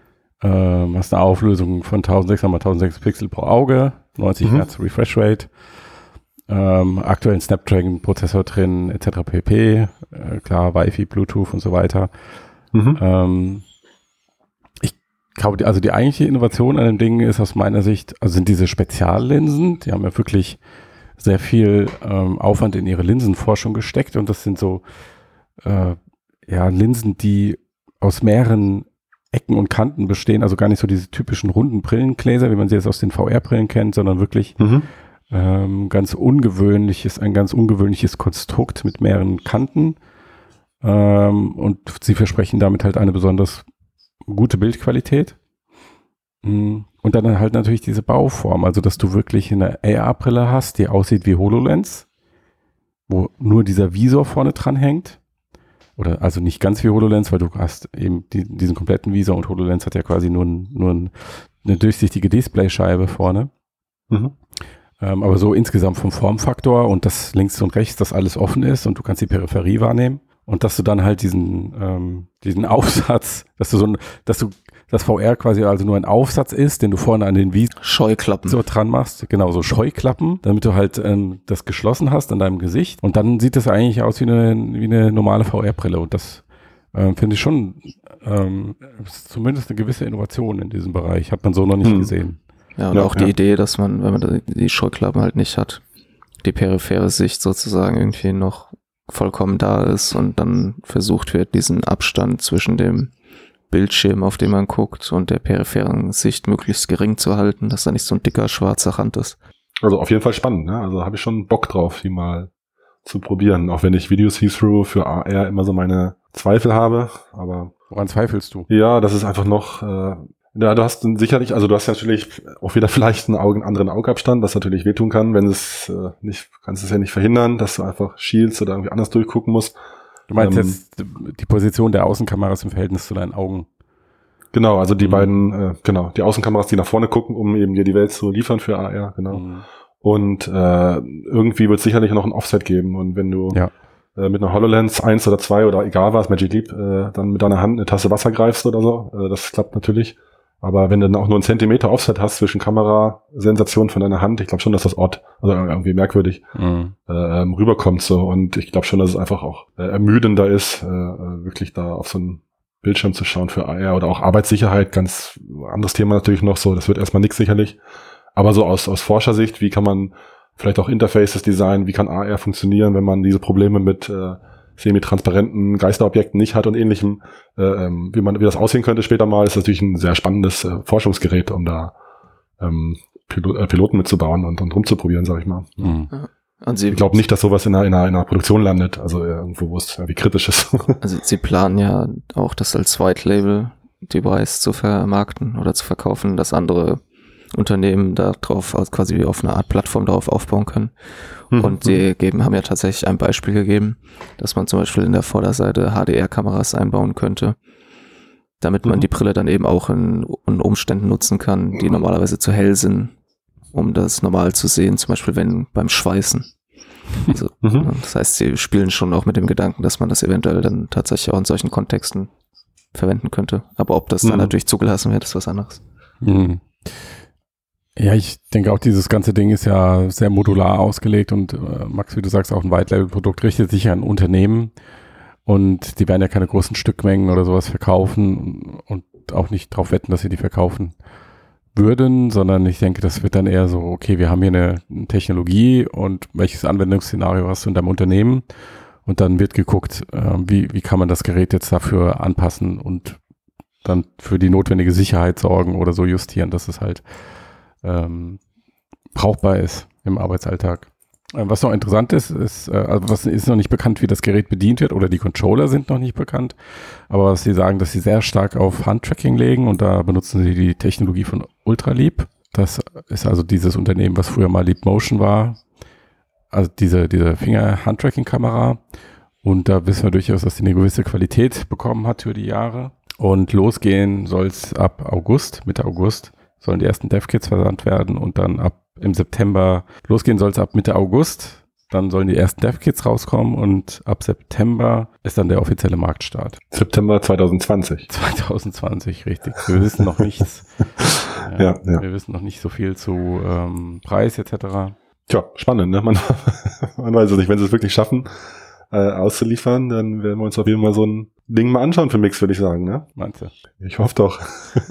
Ähm, hast eine Auflösung von eintausendsechshundert mal eintausendsechshundert Pixel pro Auge, neunzig mhm. Hertz Refresh Rate, ähm, aktuellen Snapdragon-Prozessor drin, et cetera pp. Äh, klar, Wi-Fi, Bluetooth und so weiter. Mhm. Ähm, ich glaube, also die eigentliche Innovation an dem Ding ist aus meiner Sicht, also sind diese Speziallinsen, die haben ja wirklich sehr viel ähm, Aufwand in ihre Linsenforschung gesteckt und das sind so äh, ja, Linsen, die aus mehreren Ecken und Kanten bestehen, also gar nicht so diese typischen runden Brillengläser, wie man sie jetzt aus den V R-Brillen kennt, sondern wirklich mhm. ähm, ganz ungewöhnliches, ein ganz ungewöhnliches Konstrukt mit mehreren Kanten ähm, und sie versprechen damit halt eine besonders gute Bildqualität. Und dann halt natürlich diese Bauform, also dass du wirklich eine A R-Brille hast, die aussieht wie HoloLens, wo nur dieser Visor vorne dran hängt. Oder also nicht ganz wie HoloLens, weil du hast eben die, diesen kompletten Visor und HoloLens hat ja quasi nur, ein, nur ein, eine durchsichtige Displayscheibe vorne. Mhm. Ähm, aber so insgesamt vom Formfaktor und dass links und rechts das alles offen ist und du kannst die Peripherie wahrnehmen. Und dass du dann halt diesen, ähm, diesen Aufsatz, dass du so ein, dass du das V R quasi also nur ein Aufsatz ist, den du vorne an den Visor Scheuklappen so dran machst, genau, so Scheuklappen, damit du halt ähm, das geschlossen hast an deinem Gesicht und dann sieht das eigentlich aus wie eine, wie eine normale V R-Brille und das ähm, finde ich schon ähm, zumindest eine gewisse Innovation in diesem Bereich, hat man so noch nicht hm. gesehen. Ja, und ja, auch ja. die Idee, dass man, wenn man die Scheuklappen halt nicht hat, die periphere Sicht sozusagen irgendwie noch vollkommen da ist und dann versucht wird, diesen Abstand zwischen dem Bildschirm, auf den man guckt, und der peripheren Sicht möglichst gering zu halten, dass da nicht so ein dicker schwarzer Rand ist. Also auf jeden Fall spannend, ne? Also habe ich schon Bock drauf, die mal zu probieren, auch wenn ich Video See-Through für A R immer so meine Zweifel habe, aber... Woran zweifelst du? Ja, das ist einfach noch... Äh, ja, du hast sicherlich, also du hast natürlich auch wieder vielleicht einen Augen, anderen Augabstand, was natürlich wehtun kann, wenn es äh, nicht, kannst es ja nicht verhindern, dass du einfach schielst oder irgendwie anders durchgucken musst. Du meinst ähm, jetzt die Position der Außenkameras im Verhältnis zu deinen Augen? Genau, also die mhm. beiden, äh, genau, die Außenkameras, die nach vorne gucken, um eben dir die Welt zu liefern für A R, genau. Mhm. Und äh, irgendwie wird es sicherlich noch ein Offset geben, und wenn du ja. äh, mit einer HoloLens eins oder zwei oder egal was, Magic Leap, äh, dann mit deiner Hand eine Tasse Wasser greifst oder so, äh, das klappt natürlich. Aber wenn du dann auch nur einen Zentimeter Offset hast zwischen Kamerasensation von deiner Hand, ich glaube schon, dass das Ort, also irgendwie merkwürdig, mhm. äh, rüberkommt so. Und ich glaube schon, dass es einfach auch äh, ermüdender ist, äh, wirklich da auf so einen Bildschirm zu schauen für A R oder auch Arbeitssicherheit, ganz anderes Thema natürlich noch so. Das wird erstmal nix sicherlich. Aber so aus, aus Forschersicht, wie kann man vielleicht auch Interfaces designen, wie kann A R funktionieren, wenn man diese Probleme mit äh, semi-transparenten Geisterobjekten nicht hat und ähnlichem, äh, wie man, wie das aussehen könnte später mal, ist natürlich ein sehr spannendes äh, Forschungsgerät, um da ähm, Pil- äh, Piloten mitzubauen und, und rumzuprobieren, sag ich mal. Mhm. Ja. Ich glaube nicht, dass sowas in einer, in, einer, in einer Produktion landet, also irgendwo, wo es irgendwie kritisch ist. Also sie planen ja auch, das als White-Label-Device zu vermarkten oder zu verkaufen, dass andere Unternehmen da drauf, also quasi wie auf eine Art Plattform darauf aufbauen können. Mhm. Und die geben, haben ja tatsächlich ein Beispiel gegeben, dass man zum Beispiel in der Vorderseite H D R-Kameras einbauen könnte, damit man mhm. die Brille dann eben auch in, in Umständen nutzen kann, die normalerweise zu hell sind, um das normal zu sehen, zum Beispiel wenn beim Schweißen. Also, mhm. Das heißt, sie spielen schon auch mit dem Gedanken, dass man das eventuell dann tatsächlich auch in solchen Kontexten verwenden könnte. Aber ob das mhm. dann natürlich zugelassen wird, ist was anderes. Mhm. Ja, ich denke auch, dieses ganze Ding ist ja sehr modular ausgelegt und äh, Max, wie du sagst, auch ein White-Label-Produkt richtet sich an Unternehmen und die werden ja keine großen Stückmengen oder sowas verkaufen und auch nicht darauf wetten, dass sie die verkaufen würden, sondern ich denke, das wird dann eher so, okay, wir haben hier eine, eine Technologie und welches Anwendungsszenario hast du in deinem Unternehmen, und dann wird geguckt, äh, wie, wie kann man das Gerät jetzt dafür anpassen und dann für die notwendige Sicherheit sorgen oder so justieren, dass es halt ähm, brauchbar ist im Arbeitsalltag. Äh, was noch interessant ist, ist, äh, also was ist noch nicht bekannt, wie das Gerät bedient wird, oder die Controller sind noch nicht bekannt, aber was sie sagen, dass sie sehr stark auf Handtracking legen, und da benutzen sie die Technologie von Ultraleap. Das ist also dieses Unternehmen, was früher mal Leap Motion war, also diese, diese Finger-Handtracking-Kamera, und da wissen wir durchaus, dass sie eine gewisse Qualität bekommen hat über die Jahre, und losgehen soll es ab August, Mitte August, sollen die ersten Dev-Kits versandt werden, und dann ab im September, losgehen soll es ab Mitte August, dann sollen die ersten Dev-Kits rauskommen, und ab September ist dann der offizielle Marktstart. September zwanzig zwanzig. zwanzig zwanzig, richtig. Wir wissen noch nichts. äh, ja, ja. Wir wissen noch nicht so viel zu ähm, Preis et cetera. Tja, spannend, ne? Man, man weiß es nicht. Wenn sie es wirklich schaffen, äh, auszuliefern, dann werden wir uns auf jeden Fall so ein Ding mal anschauen für Mix, würde ich sagen, ne? Meinst du? Ich hoffe doch.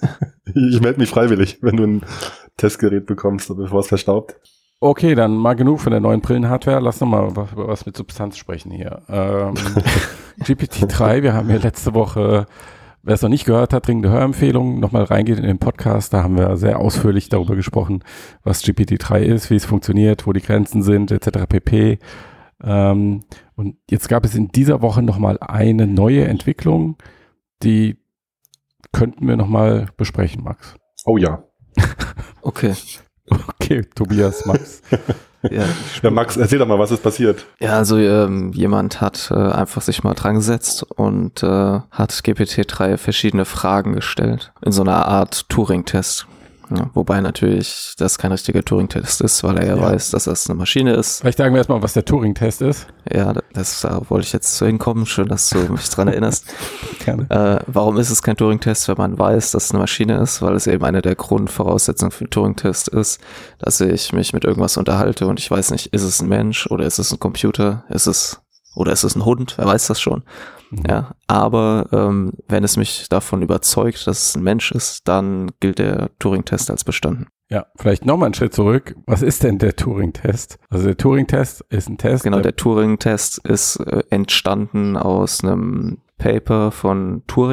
Ich melde mich freiwillig, wenn du ein Testgerät bekommst, bevor es verstaubt. Okay, dann mal genug von der neuen Brillenhardware. Lass noch mal was, was mit Substanz sprechen hier. Ähm, G P T drei, wir haben ja letzte Woche, wer es noch nicht gehört hat, dringende Hörempfehlung, nochmal reingeht in den Podcast. Da haben wir sehr ausführlich darüber gesprochen, was G P T drei ist, wie es funktioniert, wo die Grenzen sind, et cetera pp. Ähm, und jetzt gab es in dieser Woche nochmal eine neue Entwicklung, die könnten wir nochmal besprechen, Max. Oh ja. Okay. Okay, Tobias, Max. ja, ja, Max, erzähl doch mal, was ist passiert? Ja, also ähm, jemand hat äh, einfach sich mal dran gesetzt und äh, hat G P T drei verschiedene Fragen gestellt in so einer Art Turing-Test. Ja, wobei natürlich das kein richtiger Turing-Test ist, weil er ja, ja weiß, dass das eine Maschine ist. Vielleicht sagen wir erstmal, was der Turing-Test ist. Ja, das, da wollte ich jetzt so hinkommen. Schön, dass du mich dran erinnerst. Gerne. Äh, warum ist es kein Turing-Test, wenn man weiß, dass es eine Maschine ist? Weil es eben eine der Grundvoraussetzungen für einen Turing-Test ist, dass ich mich mit irgendwas unterhalte und ich weiß nicht, ist es ein Mensch oder ist es ein Computer? Ist es oder ist es ein Hund? Wer weiß das schon? Mhm. Ja, aber ähm, wenn es mich davon überzeugt, dass es ein Mensch ist, dann gilt der Turing-Test als bestanden. Ja, vielleicht nochmal einen Schritt zurück. Was ist denn der Turing-Test? Also der Turing-Test ist ein Test. Genau, der, der Turing-Test ist äh, entstanden aus einem Paper von Turing.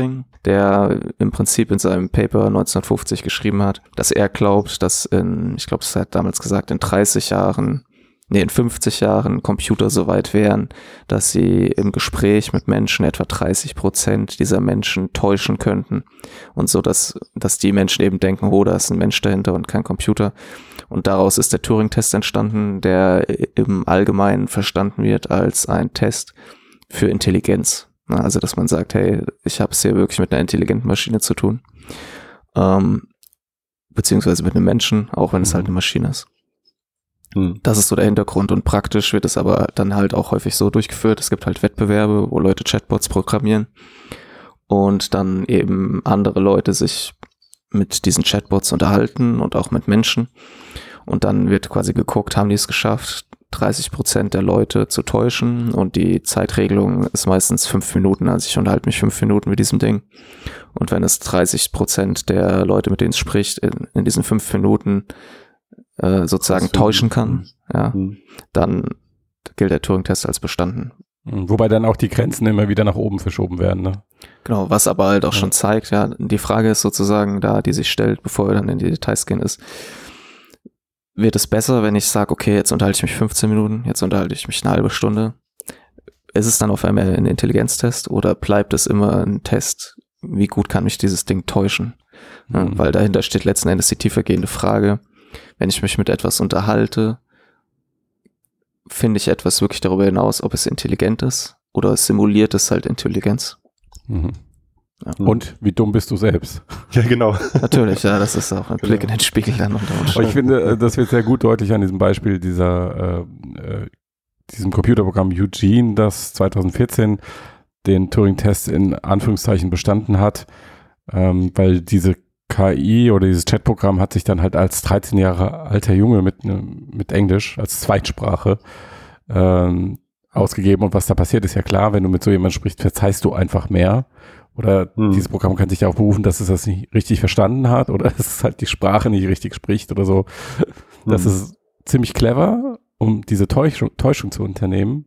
der im Prinzip in seinem Paper neunzehnhundertfünfzig geschrieben hat, dass er glaubt, dass in, ich glaube, es hat damals gesagt, in dreißig Jahren, nee, in fünfzig Jahren Computer so weit wären, dass sie im Gespräch mit Menschen etwa dreißig Prozent dieser Menschen täuschen könnten. Und so, dass, dass die Menschen eben denken, oh, da ist ein Mensch dahinter und kein Computer. Und daraus ist der Turing-Test entstanden, der im Allgemeinen verstanden wird als ein Test für Intelligenz. Also, dass man sagt, hey, ich habe es hier wirklich mit einer intelligenten Maschine zu tun. Ähm, beziehungsweise mit einem Menschen, auch wenn es halt eine Maschine ist. Hm. Das ist so der Hintergrund. Und praktisch wird es aber dann halt auch häufig so durchgeführt. Es gibt halt Wettbewerbe, wo Leute Chatbots programmieren und dann eben andere Leute sich mit diesen Chatbots unterhalten und auch mit Menschen. Und dann wird quasi geguckt, haben die es geschafft, dreißig Prozent der Leute zu täuschen, und die Zeitregelung ist meistens fünf Minuten, also ich unterhalte mich fünf Minuten mit diesem Ding, und wenn es dreißig Prozent der Leute, mit denen es spricht, in, in diesen fünf Minuten äh, sozusagen täuschen kann, ja, mhm. dann gilt der Turing-Test als bestanden. Wobei dann auch die Grenzen immer wieder nach oben verschoben werden, ne? Genau, was aber halt auch ja. schon zeigt, ja, die Frage ist sozusagen da, die sich stellt, bevor wir dann in die Details gehen, ist, wird es besser, wenn ich sage, okay, jetzt unterhalte ich mich fünfzehn Minuten, jetzt unterhalte ich mich eine halbe Stunde? Ist es dann auf einmal ein Intelligenztest oder bleibt es immer ein Test, wie gut kann mich dieses Ding täuschen? Mhm. Ja, weil dahinter steht letzten Endes die tiefergehende Frage, wenn ich mich mit etwas unterhalte, finde ich etwas wirklich darüber hinaus, ob es intelligent ist oder simuliert es halt Intelligenz? Mhm. Ja. Und wie dumm bist du selbst? Ja, genau. Natürlich, ja, das ist auch ein Blick in den Spiegel dann. Aber ich finde, das wird sehr gut deutlich an diesem Beispiel dieser, äh, diesem Computerprogramm Eugene, das zwanzig vierzehn den Turing-Test in Anführungszeichen bestanden hat, ähm, weil diese K I oder dieses Chatprogramm hat sich dann halt als dreizehn Jahre alter Junge mit, mit Englisch als Zweitsprache ähm, ausgegeben. Und was da passiert, ist ja klar, wenn du mit so jemandem sprichst, verzeihst du einfach mehr. Oder hm. dieses Programm kann sich darauf berufen, dass es das nicht richtig verstanden hat oder dass es halt die Sprache nicht richtig spricht oder so. Das hm. ist ziemlich clever, um diese Täuschung, Täuschung zu unternehmen.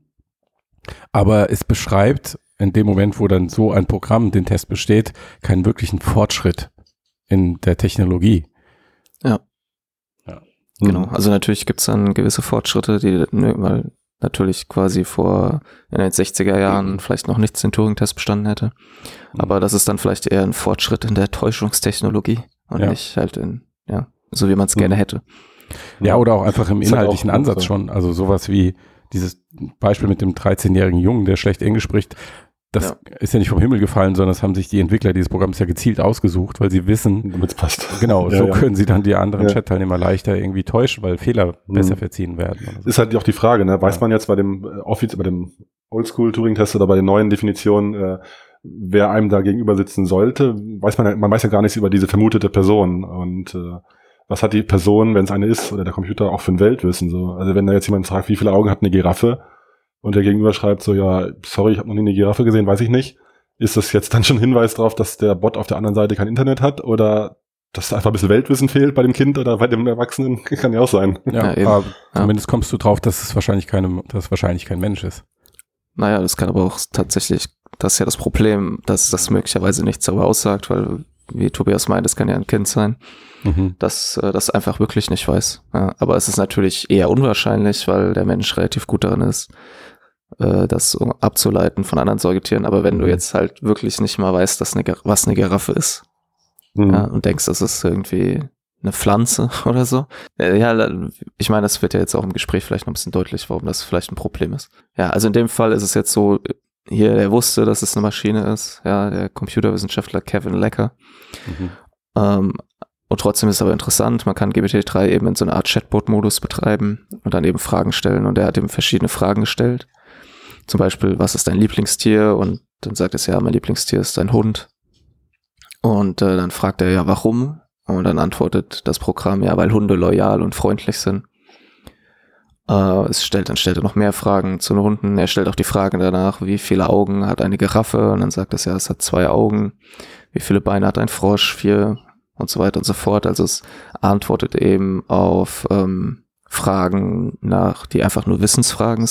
Aber es beschreibt in dem Moment, wo dann so ein Programm den Test besteht, keinen wirklichen Fortschritt in der Technologie. Ja. ja. Genau. Also natürlich gibt es dann gewisse Fortschritte, die weil natürlich quasi vor in den sechziger Jahren mhm. vielleicht noch nichts den Turing-Test bestanden hätte. Mhm. Aber das ist dann vielleicht eher ein Fortschritt in der Täuschungstechnologie und ja. nicht halt in, ja, so wie man es mhm. gerne hätte. Ja, oder auch einfach im inhaltlichen Ansatz schon. Also sowas wie dieses Beispiel mit dem dreizehnjährigen Jungen, der schlecht Englisch spricht. Das ja. ist ja nicht vom Himmel gefallen, sondern das haben sich die Entwickler dieses Programms ja gezielt ausgesucht, weil sie wissen, damit es passt. Genau, ja, so ja. können sie dann die anderen ja. Chat-Teilnehmer leichter irgendwie täuschen, weil Fehler mhm. besser verziehen werden. Oder so. Ist halt auch die Frage, ne? Weiß ja. man jetzt bei dem Office, bei dem Oldschool-Turing-Test oder bei den neuen Definitionen, äh, wer einem da gegenüber sitzen sollte? Weiß man, man weiß ja gar nichts über diese vermutete Person und äh, was hat die Person, wenn es eine ist, oder der Computer auch für ein Weltwissen so? Also wenn da jetzt jemand fragt, wie viele Augen hat eine Giraffe? Und der Gegenüber schreibt so, ja, sorry, ich habe noch nie eine Giraffe gesehen, weiß ich nicht. Ist das jetzt dann schon ein Hinweis darauf, dass der Bot auf der anderen Seite kein Internet hat? Oder dass einfach ein bisschen Weltwissen fehlt bei dem Kind oder bei dem Erwachsenen? Kann ja auch sein. Ja, ja aber ja. zumindest kommst du drauf, dass es wahrscheinlich keine, dass es wahrscheinlich kein Mensch ist. Naja, das kann aber auch tatsächlich, das ist ja das Problem, dass das möglicherweise nichts darüber aussagt, weil, wie Tobias meint, es kann ja ein Kind sein, mhm. dass äh, das einfach wirklich nicht weiß. Ja, aber es ist natürlich eher unwahrscheinlich, weil der Mensch relativ gut darin ist, das abzuleiten von anderen Säugetieren, aber wenn du jetzt halt wirklich nicht mal weißt, dass eine, was eine Giraffe ist, mhm. ja, und denkst, das ist irgendwie eine Pflanze oder so, ja, ich meine, das wird ja jetzt auch im Gespräch vielleicht noch ein bisschen deutlich, warum das vielleicht ein Problem ist. Ja, also in dem Fall ist es jetzt so, hier, der wusste, dass es eine Maschine ist, ja, der Computerwissenschaftler Kevin Lecker, mhm. ähm, und trotzdem ist es aber interessant, man kann G P T drei eben in so einer Art Chatbot-Modus betreiben und dann eben Fragen stellen, und er hat eben verschiedene Fragen gestellt. Zum Beispiel, was ist dein Lieblingstier? Und dann sagt es, ja, mein Lieblingstier ist dein Hund. Und äh, dann fragt er, ja, warum? Und dann antwortet das Programm, ja, weil Hunde loyal und freundlich sind. Äh, es stellt, dann stellt er noch mehr Fragen zu den Hunden. Er stellt auch die Frage danach, wie viele Augen hat eine Giraffe? Und dann sagt es, ja, es hat zwei Augen. Wie viele Beine hat ein Frosch? Vier und so weiter und so fort. Also es antwortet eben auf ähm, Fragen nach, die einfach nur Wissensfragen sind.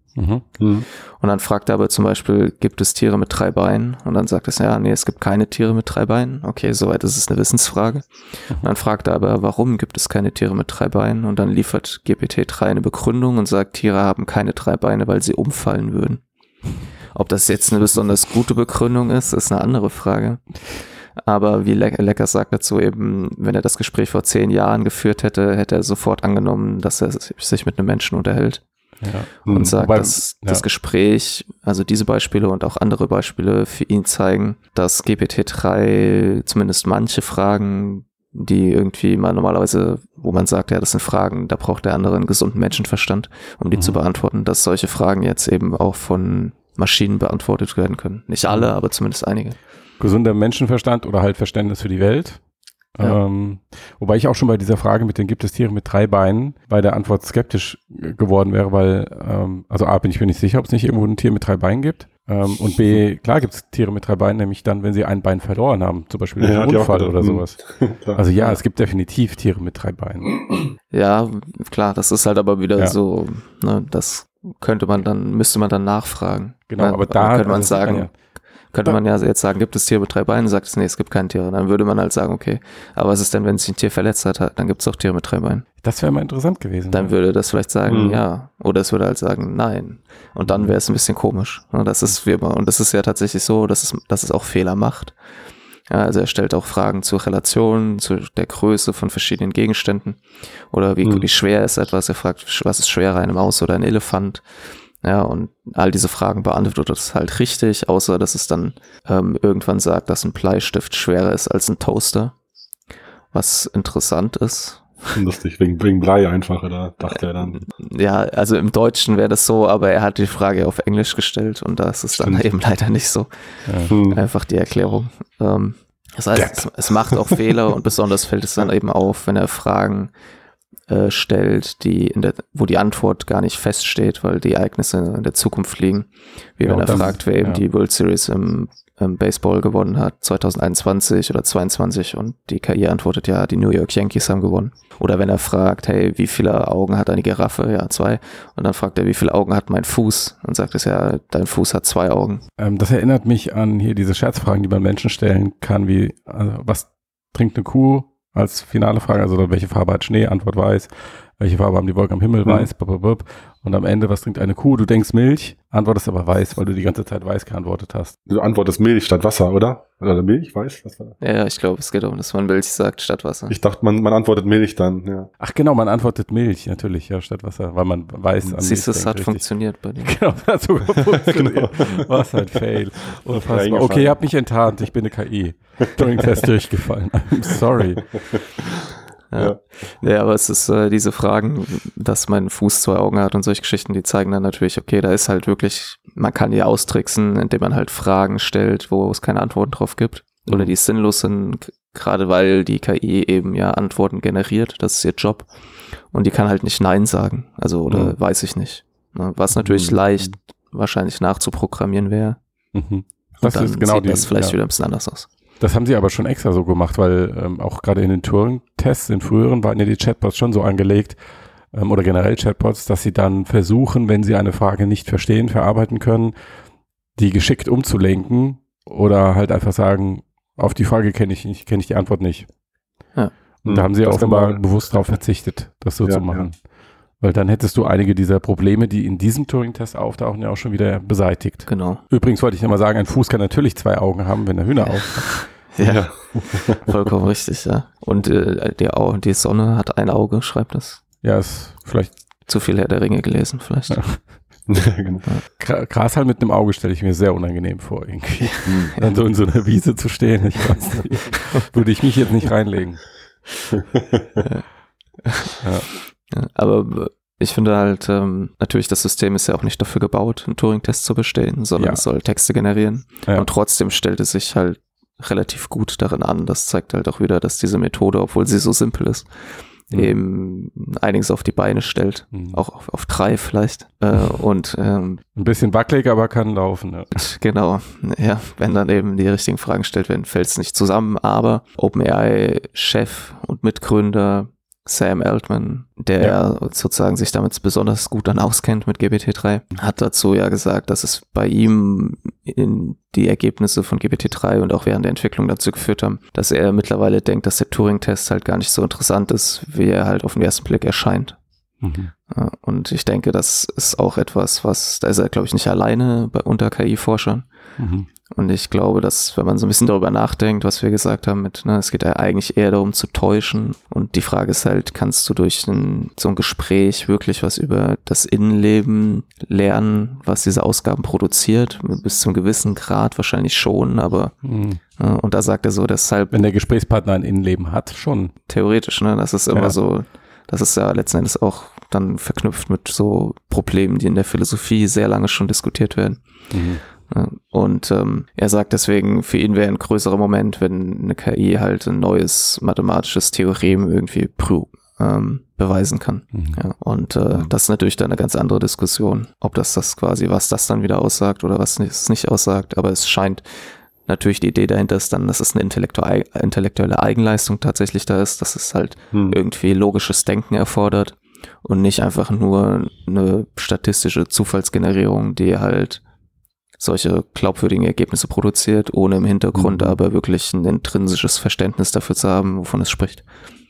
Mhm. Mhm. Und dann fragt er aber zum Beispiel, gibt es Tiere mit drei Beinen? Und dann sagt es, ja, nee, es gibt keine Tiere mit drei Beinen. Okay, soweit ist es eine Wissensfrage. Mhm. Und dann fragt er aber, warum gibt es keine Tiere mit drei Beinen? Und dann liefert G P T drei eine Begründung und sagt, Tiere haben keine drei Beine, weil sie umfallen würden. Ob das jetzt eine besonders gute Begründung ist, ist eine andere Frage. Aber wie Le- Lecker sagt dazu eben, wenn er das Gespräch vor zehn Jahren geführt hätte, hätte er sofort angenommen, dass er sich mit einem Menschen unterhält. Ja. Und sagt, Wobei, dass ja. das Gespräch, also diese Beispiele und auch andere Beispiele für ihn zeigen, dass G P T drei zumindest manche Fragen, die irgendwie mal normalerweise, wo man sagt, ja, das sind Fragen, da braucht der andere einen gesunden Menschenverstand, um die mhm. zu beantworten, dass solche Fragen jetzt eben auch von Maschinen beantwortet werden können. Nicht alle, aber zumindest einige. Gesunder Menschenverstand oder halt Verständnis für die Welt. Ja. Ähm, wobei ich auch schon bei dieser Frage mit den gibt es Tiere mit drei Beinen bei der Antwort skeptisch geworden wäre, weil, ähm, also A, bin ich mir nicht sicher, ob es nicht irgendwo ein Tier mit drei Beinen gibt. Ähm, und B, klar gibt es Tiere mit drei Beinen, nämlich dann, wenn sie ein Bein verloren haben, zum Beispiel durch ja, einen Unfall oder sowas. Also ja, es gibt definitiv Tiere mit drei Beinen. Ja, klar, das ist halt aber wieder ja. so, ne, das könnte man dann, müsste man dann nachfragen. Genau, aber, aber da könnte man also sagen, ja. Könnte man ja jetzt sagen, gibt es Tiere mit drei Beinen? Sagt es, nee, es gibt keine Tiere. Dann würde man halt sagen, okay, aber was ist denn, wenn sich ein Tier verletzt hat? Dann gibt es auch Tiere mit drei Beinen. Das wäre mal interessant gewesen. Dann ja. würde das vielleicht sagen, mhm. ja. Oder es würde halt sagen, nein. Und dann wäre es ein bisschen komisch. Und das ist wie immer. Und das ist ja tatsächlich so, dass es, dass es auch Fehler macht. Ja, also er stellt auch Fragen zur Relation, zu der Größe von verschiedenen Gegenständen. Oder wie, mhm. wie schwer ist etwas? Er fragt, was ist schwerer, eine Maus oder ein Elefant? Ja, und all diese Fragen beantwortet es halt richtig, außer dass es dann ähm, irgendwann sagt, dass ein Bleistift schwerer ist als ein Toaster, was interessant ist. Lustig, wegen, wegen Blei einfach, oder dachte er dann. Ja, also im Deutschen wäre das so, aber er hat die Frage auf Englisch gestellt und da ist es Stimmt. dann eben leider nicht so. Ja. Hm. Einfach die Erklärung. Ähm, das heißt, es, es macht auch Fehler und besonders fällt es dann eben auf, wenn er Fragen äh, stellt, die in der, wo die Antwort gar nicht feststeht, weil die Ereignisse in der Zukunft liegen. Wie ja, wenn er das, fragt, wer eben ja. die World Series im, im Baseball gewonnen hat, zwanzig einundzwanzig oder zweiundzwanzig, und die K I antwortet, ja, die New York Yankees haben gewonnen. Oder wenn er fragt, hey, wie viele Augen hat eine Giraffe? Ja, zwei. Und dann fragt er, wie viele Augen hat mein Fuß? Und sagt es, ja, dein Fuß hat zwei Augen. Ähm, das erinnert mich an hier diese Scherzfragen, die man Menschen stellen kann, wie, also, was trinkt eine Kuh? Als finale Frage, also welche Farbe hat Schnee? Antwort weiß. Welche Farbe haben die Wolken am Himmel? Weiß. Mhm. Und am Ende, was trinkt eine Kuh? Du denkst Milch, antwortest aber weiß, weil du die ganze Zeit weiß geantwortet hast. Du antwortest Milch statt Wasser, oder? Oder Milch, weiß? Was war? Ja, ich glaube, es geht um, dass man Milch sagt statt Wasser. Ich dachte, man, man antwortet Milch dann, ja. Ach genau, man antwortet Milch, natürlich, ja, statt Wasser, weil man weiß an Siehst du, es hat richtig. funktioniert bei dir. Genau, das hat sogar funktioniert. genau. Was ein Fail. Unfassbar. Okay, ihr habt mich enttarnt, ich bin eine K I. Turing-Test durchgefallen. I'm sorry. Ja. Ja. ja, aber es ist äh, diese Fragen, dass mein Fuß zwei Augen hat und solche Geschichten, die zeigen dann natürlich, okay, da ist halt wirklich, man kann die austricksen, indem man halt Fragen stellt, wo es keine Antworten drauf gibt. Mhm. Oder die sinnlos sind, gerade weil die K I eben ja Antworten generiert, das ist ihr Job. Und die kann halt nicht Nein sagen, also oder mhm. weiß ich nicht. Was natürlich mhm. leicht wahrscheinlich nachzuprogrammieren wäre. Mhm. Das dann ist genau sieht die, das vielleicht ja. wieder ein bisschen anders aus. Das haben sie aber schon extra so gemacht, weil ähm, auch gerade in den Turing-Tests, in früheren, waren ja die Chatbots schon so angelegt, ähm, oder generell Chatbots, dass sie dann versuchen, wenn sie eine Frage nicht verstehen, verarbeiten können, die geschickt umzulenken oder halt einfach sagen, auf die Frage kenne ich nicht, kenne ich die Antwort nicht. Ja. Und da haben sie offenbar bewusst darauf verzichtet, das so ja, zu machen. Ja. Weil dann hättest du einige dieser Probleme, die in diesem Turing-Test auftauchen, ja auch schon wieder beseitigt. Genau. Übrigens wollte ich nochmal sagen, ein Fuß kann natürlich zwei Augen haben, wenn der Hühner auf. Ja, ja. Vollkommen richtig, ja. Und äh, die, Au- die Sonne hat ein Auge, schreibt das. Ja, ist vielleicht zu viel Herr der Ringe gelesen, vielleicht. Ja. Genau. Ja. Grashall mit einem Auge stelle ich mir sehr unangenehm vor, irgendwie. Dann so in so einer Wiese zu stehen, ich weiß nicht. Würde ich mich jetzt nicht reinlegen. Ja. Ja. Ja, aber ich finde halt, ähm, natürlich, das System ist ja auch nicht dafür gebaut, einen Turing-Test zu bestehen, sondern ja. es soll Texte generieren. Ja. Und trotzdem stellt es sich halt relativ gut darin an. Das zeigt halt auch wieder, dass diese Methode, obwohl sie so simpel ist, mhm. eben einiges auf die Beine stellt. Mhm. Auch auf, auf drei vielleicht. Äh, und ähm, ein bisschen wackelig, aber kann laufen. Ja. Genau. Ja, wenn dann eben die richtigen Fragen gestellt werden, fällt es nicht zusammen. Aber OpenAI-Chef und Mitgründer Sam Altman, der ja. sozusagen sich damit besonders gut dann auskennt mit G P T drei, hat dazu ja gesagt, dass es bei ihm in die Ergebnisse von G P T drei und auch während der Entwicklung dazu geführt haben, dass er mittlerweile denkt, dass der Turing-Test halt gar nicht so interessant ist, wie er halt auf den ersten Blick erscheint. Mhm. Ja, und ich denke, das ist auch etwas, was, da ist er, glaube ich, nicht alleine bei unter K I-Forschern. Mhm. Und ich glaube, dass, wenn man so ein bisschen darüber nachdenkt, was wir gesagt haben, mit, ne, es geht ja eigentlich eher darum zu täuschen. Und die Frage ist halt, kannst du durch ein, so ein Gespräch wirklich was über das Innenleben lernen, was diese Ausgaben produziert? Bis zu einem gewissen Grad wahrscheinlich schon, aber mhm. ja, und da sagt er so, deshalb. Wenn der Gesprächspartner ein Innenleben hat, schon. Theoretisch, ne, das ist immer ja. so, das ist ja letzten Endes auch dann verknüpft mit so Problemen, die in der Philosophie sehr lange schon diskutiert werden. Mhm. Und ähm, er sagt deswegen, für ihn wäre ein größerer Moment, wenn eine K I halt ein neues mathematisches Theorem irgendwie prü- ähm, beweisen kann. Mhm. Ja, und äh, das ist natürlich dann eine ganz andere Diskussion, ob das das quasi, was das dann wieder aussagt oder was es nicht aussagt. Aber es scheint natürlich, die Idee dahinter ist dann, dass es eine intellektu- intellektuelle Eigenleistung tatsächlich da ist, dass es halt mhm. irgendwie logisches Denken erfordert und nicht einfach nur eine statistische Zufallsgenerierung, die halt solche glaubwürdigen Ergebnisse produziert, ohne im Hintergrund mhm. aber wirklich ein intrinsisches Verständnis dafür zu haben, wovon es spricht.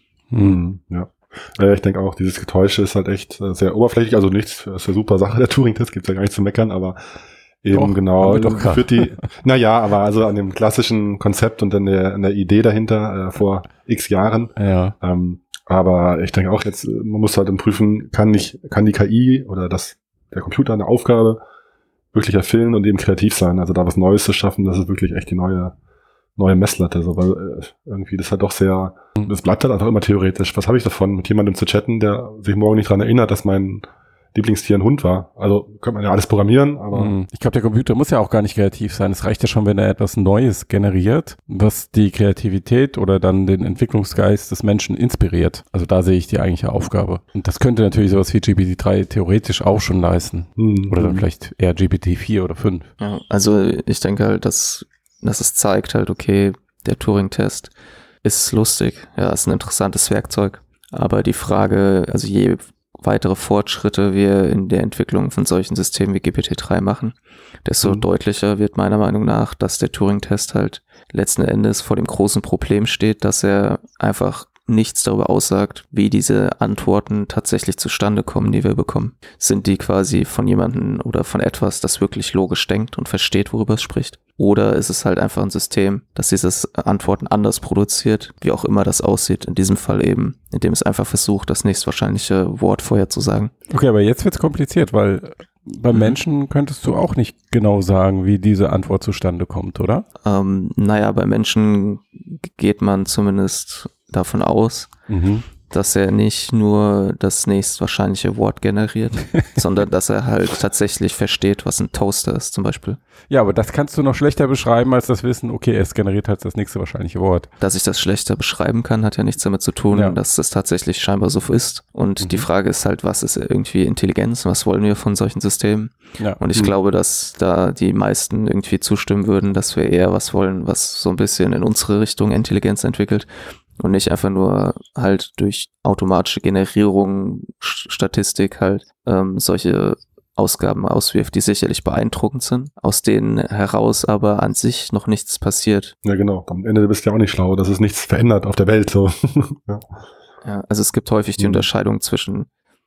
Mhm. Ja. Äh, ich denke auch, dieses Getäusche ist halt echt äh, sehr oberflächlich, also nichts, das ist eine super Sache, der Turing-Test gibt's ja gar nicht zu meckern, aber eben doch, genau, führt die, naja, aber also an dem klassischen Konzept und an der, an der Idee dahinter äh, vor x Jahren, ja. ähm, aber ich denke auch jetzt, man muss halt dann prüfen, kann nicht, kann die K I oder das, der Computer eine Aufgabe wirklich erfüllen und eben kreativ sein, also da was Neues zu schaffen, das ist wirklich echt die neue neue Messlatte, so, weil äh, irgendwie das halt doch sehr, das bleibt halt einfach immer theoretisch. Was habe ich davon, mit jemandem zu chatten, der sich morgen nicht dran erinnert, dass mein Lieblingstier ein Hund war? Also könnte man ja alles programmieren, aber... Ich glaube, der Computer muss ja auch gar nicht kreativ sein. Es reicht ja schon, wenn er etwas Neues generiert, was die Kreativität oder dann den Entwicklungsgeist des Menschen inspiriert. Also da sehe ich die eigentliche Aufgabe. Und das könnte natürlich sowas wie G P T drei theoretisch auch schon leisten. Mhm. Oder dann vielleicht eher G P T vier oder fünf. Ja, also ich denke halt, dass dass es zeigt halt, okay, der Turing-Test ist lustig, ja, ist ein interessantes Werkzeug, aber die Frage, also je weitere Fortschritte wir in der Entwicklung von solchen Systemen wie G P T drei machen, desto mhm. deutlicher wird meiner Meinung nach, dass der Turing-Test halt letzten Endes vor dem großen Problem steht, dass er einfach nichts darüber aussagt, wie diese Antworten tatsächlich zustande kommen, die wir bekommen. Sind die quasi von jemandem oder von etwas, das wirklich logisch denkt und versteht, worüber es spricht? Oder ist es halt einfach ein System, das diese Antworten anders produziert, wie auch immer das aussieht, in diesem Fall eben, indem es einfach versucht, das nächstwahrscheinliche Wort vorherzusagen. Okay, aber jetzt wird's kompliziert, weil beim mhm. Menschen könntest du auch nicht genau sagen, wie diese Antwort zustande kommt, oder? Ähm, naja, bei Menschen geht man zumindest davon aus, mhm. dass er nicht nur das nächstwahrscheinliche Wort generiert, sondern dass er halt tatsächlich versteht, was ein Toaster ist zum Beispiel. Ja, aber das kannst du noch schlechter beschreiben als das Wissen, okay, es generiert halt das nächste wahrscheinliche Wort. Dass ich das schlechter beschreiben kann, hat ja nichts damit zu tun, ja. dass es tatsächlich scheinbar so ist. Und mhm. die Frage ist halt, was ist irgendwie Intelligenz? Was wollen wir von solchen Systemen? Ja. Und ich mhm. glaube, dass da die meisten irgendwie zustimmen würden, dass wir eher was wollen, was so ein bisschen in unsere Richtung Intelligenz entwickelt. Und nicht einfach nur halt durch automatische Generierung, Statistik halt ähm, solche Ausgaben auswirft, die sicherlich beeindruckend sind, aus denen heraus aber an sich noch nichts passiert. Ja, genau. Am Ende bist du ja auch nicht schlau, dass es nichts verändert auf der Welt. So. ja. Ja, also es gibt häufig die mhm. Unterscheidung zwischen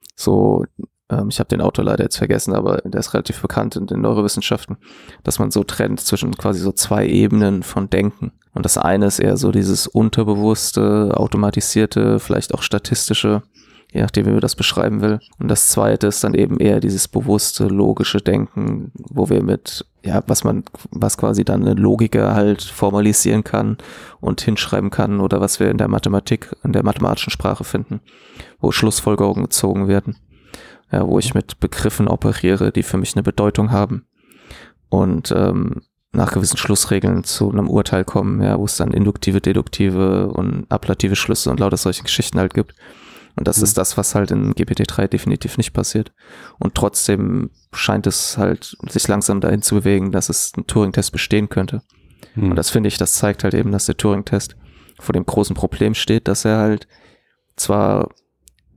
so, ähm, ich habe den Autor leider jetzt vergessen, aber der ist relativ bekannt in den Neurowissenschaften, dass man so trennt zwischen quasi so zwei Ebenen von Denken. Und das eine ist eher so dieses unterbewusste, automatisierte, vielleicht auch statistische, je nachdem, wie man das beschreiben will. Und das zweite ist dann eben eher dieses bewusste, logische Denken, wo wir mit, ja, was man, was quasi dann eine Logiker halt formalisieren kann und hinschreiben kann oder was wir in der Mathematik, in der mathematischen Sprache finden, wo Schlussfolgerungen gezogen werden. Ja, wo ich mit Begriffen operiere, die für mich eine Bedeutung haben. Und, ähm, nach gewissen Schlussregeln zu einem Urteil kommen, ja, wo es dann induktive, deduktive und ablative Schlüsse und lauter solche Geschichten halt gibt. Und das mhm. ist das, was halt in G P T drei definitiv nicht passiert. Und trotzdem scheint es halt sich langsam dahin zu bewegen, dass es ein Turing-Test bestehen könnte. Mhm. Und das finde ich, das zeigt halt eben, dass der Turing-Test vor dem großen Problem steht, dass er halt zwar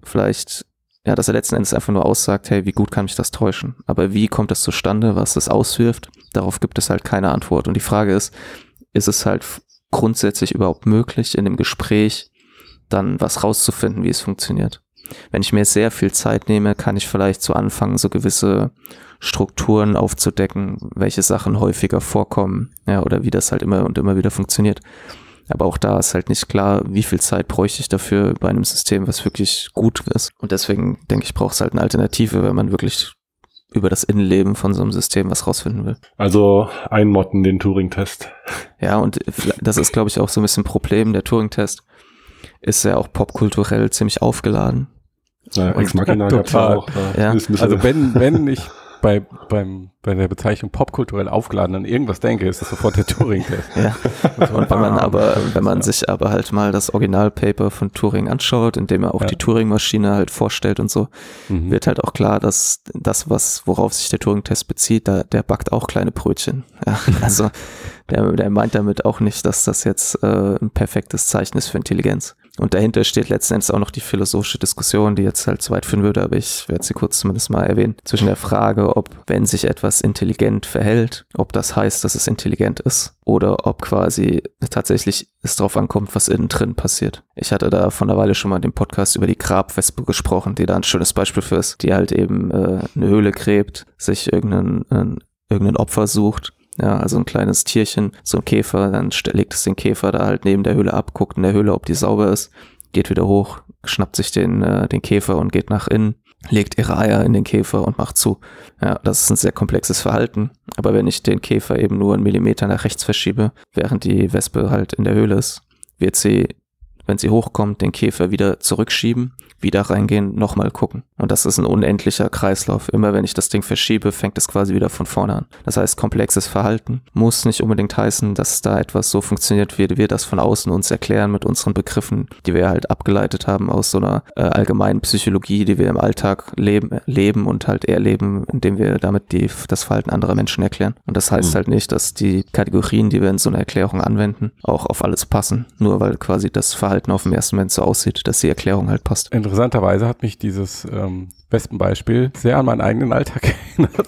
vielleicht, ja, dass er letzten Endes einfach nur aussagt, hey, wie gut kann mich das täuschen? Aber wie kommt das zustande, was das auswirft? Darauf gibt es halt keine Antwort. Und die Frage ist, ist es halt grundsätzlich überhaupt möglich, in dem Gespräch dann was rauszufinden, wie es funktioniert? Wenn ich mir sehr viel Zeit nehme, kann ich vielleicht so anfangen, so gewisse Strukturen aufzudecken, welche Sachen häufiger vorkommen, ja, oder wie das halt immer und immer wieder funktioniert. Aber auch da ist halt nicht klar, wie viel Zeit bräuchte ich dafür bei einem System, was wirklich gut ist. Und deswegen denke ich, braucht es halt eine Alternative, wenn man wirklich über das Innenleben von so einem System was rausfinden will. Also einmotten den Turing-Test. Ja, und das ist, glaube ich, auch so ein bisschen ein Problem. Der Turing-Test ist ja auch popkulturell ziemlich aufgeladen. Ja, Ex Machina gab's ja auch. Ja. Also wenn, wenn ich bei, beim, bei der Bezeichnung popkulturell aufgeladen an irgendwas denke, ist das sofort der Turing-Test. Ja. Und wenn man aber, wenn man sich aber halt mal das Originalpaper von Turing anschaut, in dem er auch ja. die Turing-Maschine halt vorstellt und so, mhm. wird halt auch klar, dass das, was, worauf sich der Turing-Test bezieht, da, der backt auch kleine Brötchen. Ja. Also, der, der meint damit auch nicht, dass das jetzt äh, ein perfektes Zeichen ist für Intelligenz. Und dahinter steht letzten Endes auch noch die philosophische Diskussion, die jetzt halt zu weit führen würde, aber ich werde sie kurz zumindest mal erwähnen, zwischen der Frage, ob, wenn sich etwas intelligent verhält, ob das heißt, dass es intelligent ist oder ob quasi tatsächlich es drauf ankommt, was innen drin passiert. Ich hatte da vor einer Weile schon mal in dem Podcast über die Grabwespe gesprochen, die da ein schönes Beispiel für ist, die halt eben äh, eine Höhle gräbt, sich irgendein, äh, irgendein Opfer sucht. Ja, also ein kleines Tierchen, so ein Käfer, dann legt es den Käfer da halt neben der Höhle ab, guckt in der Höhle, ob die sauber ist, geht wieder hoch, schnappt sich den, äh, den Käfer und geht nach innen, legt ihre Eier in den Käfer und macht zu. Ja, das ist ein sehr komplexes Verhalten, aber wenn ich den Käfer eben nur einen Millimeter nach rechts verschiebe, während die Wespe halt in der Höhle ist, wird sie, wenn sie hochkommt, den Käfer wieder zurückschieben, wieder reingehen, nochmal gucken. Und das ist ein unendlicher Kreislauf. Immer wenn ich das Ding verschiebe, fängt es quasi wieder von vorne an. Das heißt, komplexes Verhalten muss nicht unbedingt heißen, dass da etwas so funktioniert, wie wir das von außen uns erklären mit unseren Begriffen, die wir halt abgeleitet haben aus so einer äh, allgemeinen Psychologie, die wir im Alltag leben, leben und halt erleben, indem wir damit die, das Verhalten anderer Menschen erklären. Und das heißt mhm. halt nicht, dass die Kategorien, die wir in so einer Erklärung anwenden, auch auf alles passen. Nur weil quasi das Verhalten auf dem ersten Moment so aussieht, dass die Erklärung halt passt. Interessanterweise hat mich dieses ähm, Wespenbeispiel sehr an meinen eigenen Alltag erinnert.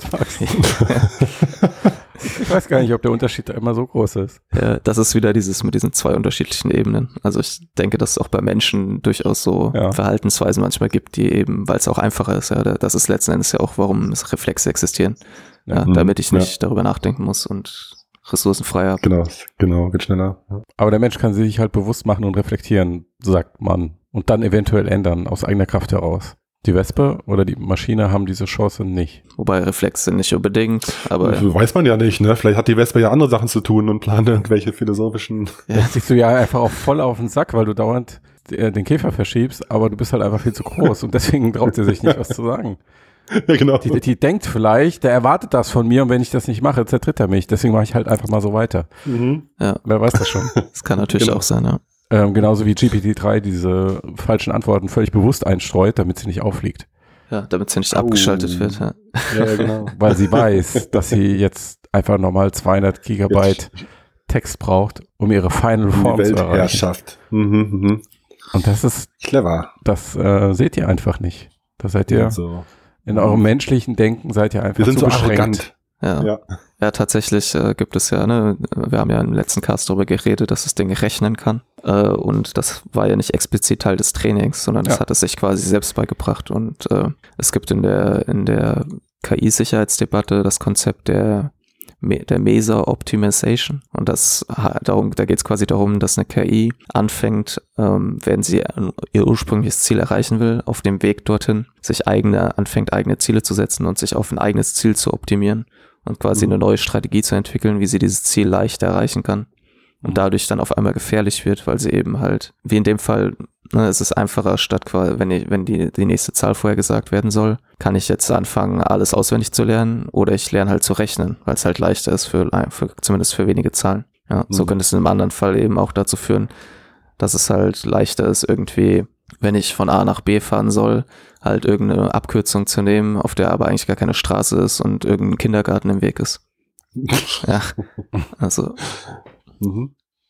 Ich weiß gar nicht, ob der Unterschied da immer so groß ist. Ja, das ist wieder dieses mit diesen zwei unterschiedlichen Ebenen. Also ich denke, dass es auch bei Menschen durchaus so ja. Verhaltensweisen manchmal gibt, die eben, weil es auch einfacher ist. Ja, das ist letzten Endes ja auch, warum Reflexe existieren. Ja, ja, damit ich nicht ja. darüber nachdenken muss und ressourcenfrei habe. Genau, genau, geht schneller. Ja. Aber der Mensch kann sich halt bewusst machen und reflektieren, sagt man. Und dann eventuell ändern, aus eigener Kraft heraus. Die Wespe oder die Maschine haben diese Chance nicht. Wobei Reflexe nicht unbedingt, aber... Das weiß man ja nicht, ne? Vielleicht hat die Wespe ja andere Sachen zu tun und plant irgendwelche philosophischen... Ja. Jetzt siehst du ja einfach auch voll auf den Sack, weil du dauernd den Käfer verschiebst, aber du bist halt einfach viel zu groß und deswegen traut sie sich nicht, was zu sagen. Ja, genau. Die, die denkt vielleicht, der erwartet das von mir und wenn ich das nicht mache, zertritt er mich. Deswegen mache ich halt einfach mal so weiter. Mhm. Ja. Wer weiß das schon. Das kann natürlich genau. auch sein, ja. Ähm, genauso wie G P T drei diese falschen Antworten völlig bewusst einstreut, damit sie nicht auffliegt. Ja, damit sie nicht oh. abgeschaltet wird. Ja. Ja, genau. Weil sie weiß, dass sie jetzt einfach nochmal zweihundert Gigabyte jetzt. Text braucht, um ihre Final Form zu erreichen. Weltherrschaft. Mhm, mhm. Und das ist clever. Das äh, seht ihr einfach nicht. Da seid ihr so. in eurem menschlichen Denken seid ihr einfach Wir sind zu so beschränkt. Arrogant. Ja. Ja. ja, tatsächlich äh, gibt es ja, ne, wir haben ja im letzten Cast darüber geredet, dass das Ding rechnen kann. Äh, und das war ja nicht explizit Teil des Trainings, sondern das ja. hat es sich quasi selbst beigebracht. Und äh, es gibt in der in der K I-Sicherheitsdebatte das Konzept der der Mesa Optimization. Und das darum, da geht es quasi darum, dass eine K I anfängt, ähm, wenn sie ihr ursprüngliches Ziel erreichen will, auf dem Weg dorthin, sich eigene, anfängt eigene Ziele zu setzen und sich auf ein eigenes Ziel zu optimieren und quasi mhm. eine neue Strategie zu entwickeln, wie sie dieses Ziel leicht erreichen kann. Und dadurch dann auf einmal gefährlich wird, weil sie eben halt, wie in dem Fall, ne, es ist einfacher, statt quasi, wenn ich, wenn die, die nächste Zahl vorhergesagt werden soll, kann ich jetzt anfangen, alles auswendig zu lernen oder ich lerne halt zu rechnen, weil es halt leichter ist für, für zumindest für wenige Zahlen. Ja, mhm. So könnte es in einem anderen Fall eben auch dazu führen, dass es halt leichter ist, irgendwie, wenn ich von A nach B fahren soll, halt irgendeine Abkürzung zu nehmen, auf der aber eigentlich gar keine Straße ist und irgendein Kindergarten im Weg ist. Ja, also... Mhm.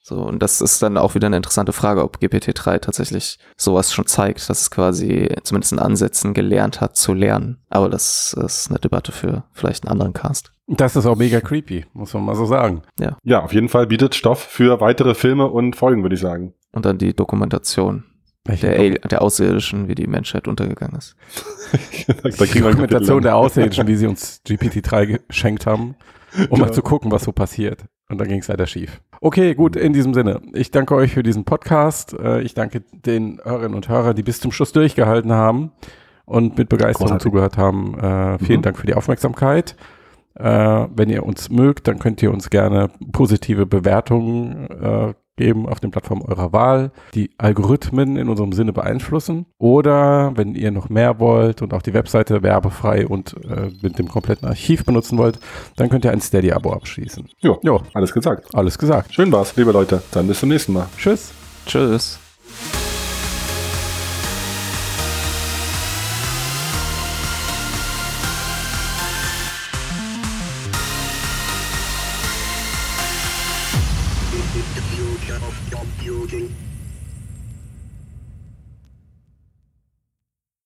So, und das ist dann auch wieder eine interessante Frage, ob G P T drei tatsächlich sowas schon zeigt, dass es quasi zumindest in Ansätzen gelernt hat zu lernen. Aber das ist eine Debatte für vielleicht einen anderen Cast. Das ist auch mega creepy, muss man mal so sagen. Ja. Ja, auf jeden Fall bietet Stoff für weitere Filme und Folgen, würde ich sagen. Und dann die Dokumentation der, Al- der Außerirdischen, wie die Menschheit untergegangen ist. da Die Dokumentation der Außerirdischen, wie sie uns G P T drei geschenkt haben, um Ja. mal zu gucken, was so passiert. Und dann ging es leider schief. Okay, gut, in diesem Sinne. Ich danke euch für diesen Podcast. Äh, Ich danke den Hörerinnen und Hörern, die bis zum Schluss durchgehalten haben und mit Begeisterung Großartig. zugehört haben. Äh, Vielen Mhm. Dank für die Aufmerksamkeit. Äh, Wenn ihr uns mögt, dann könnt ihr uns gerne positive Bewertungen äh, geben auf den Plattformen eurer Wahl, die Algorithmen in unserem Sinne beeinflussen. Oder wenn ihr noch mehr wollt und auch die Webseite werbefrei und äh, mit dem kompletten Archiv benutzen wollt, dann könnt ihr ein Steady-Abo abschließen. Jo, Jo, alles gesagt. alles gesagt. Schön war's, liebe Leute. Dann bis zum nächsten Mal. Tschüss. Tschüss. The future of computing.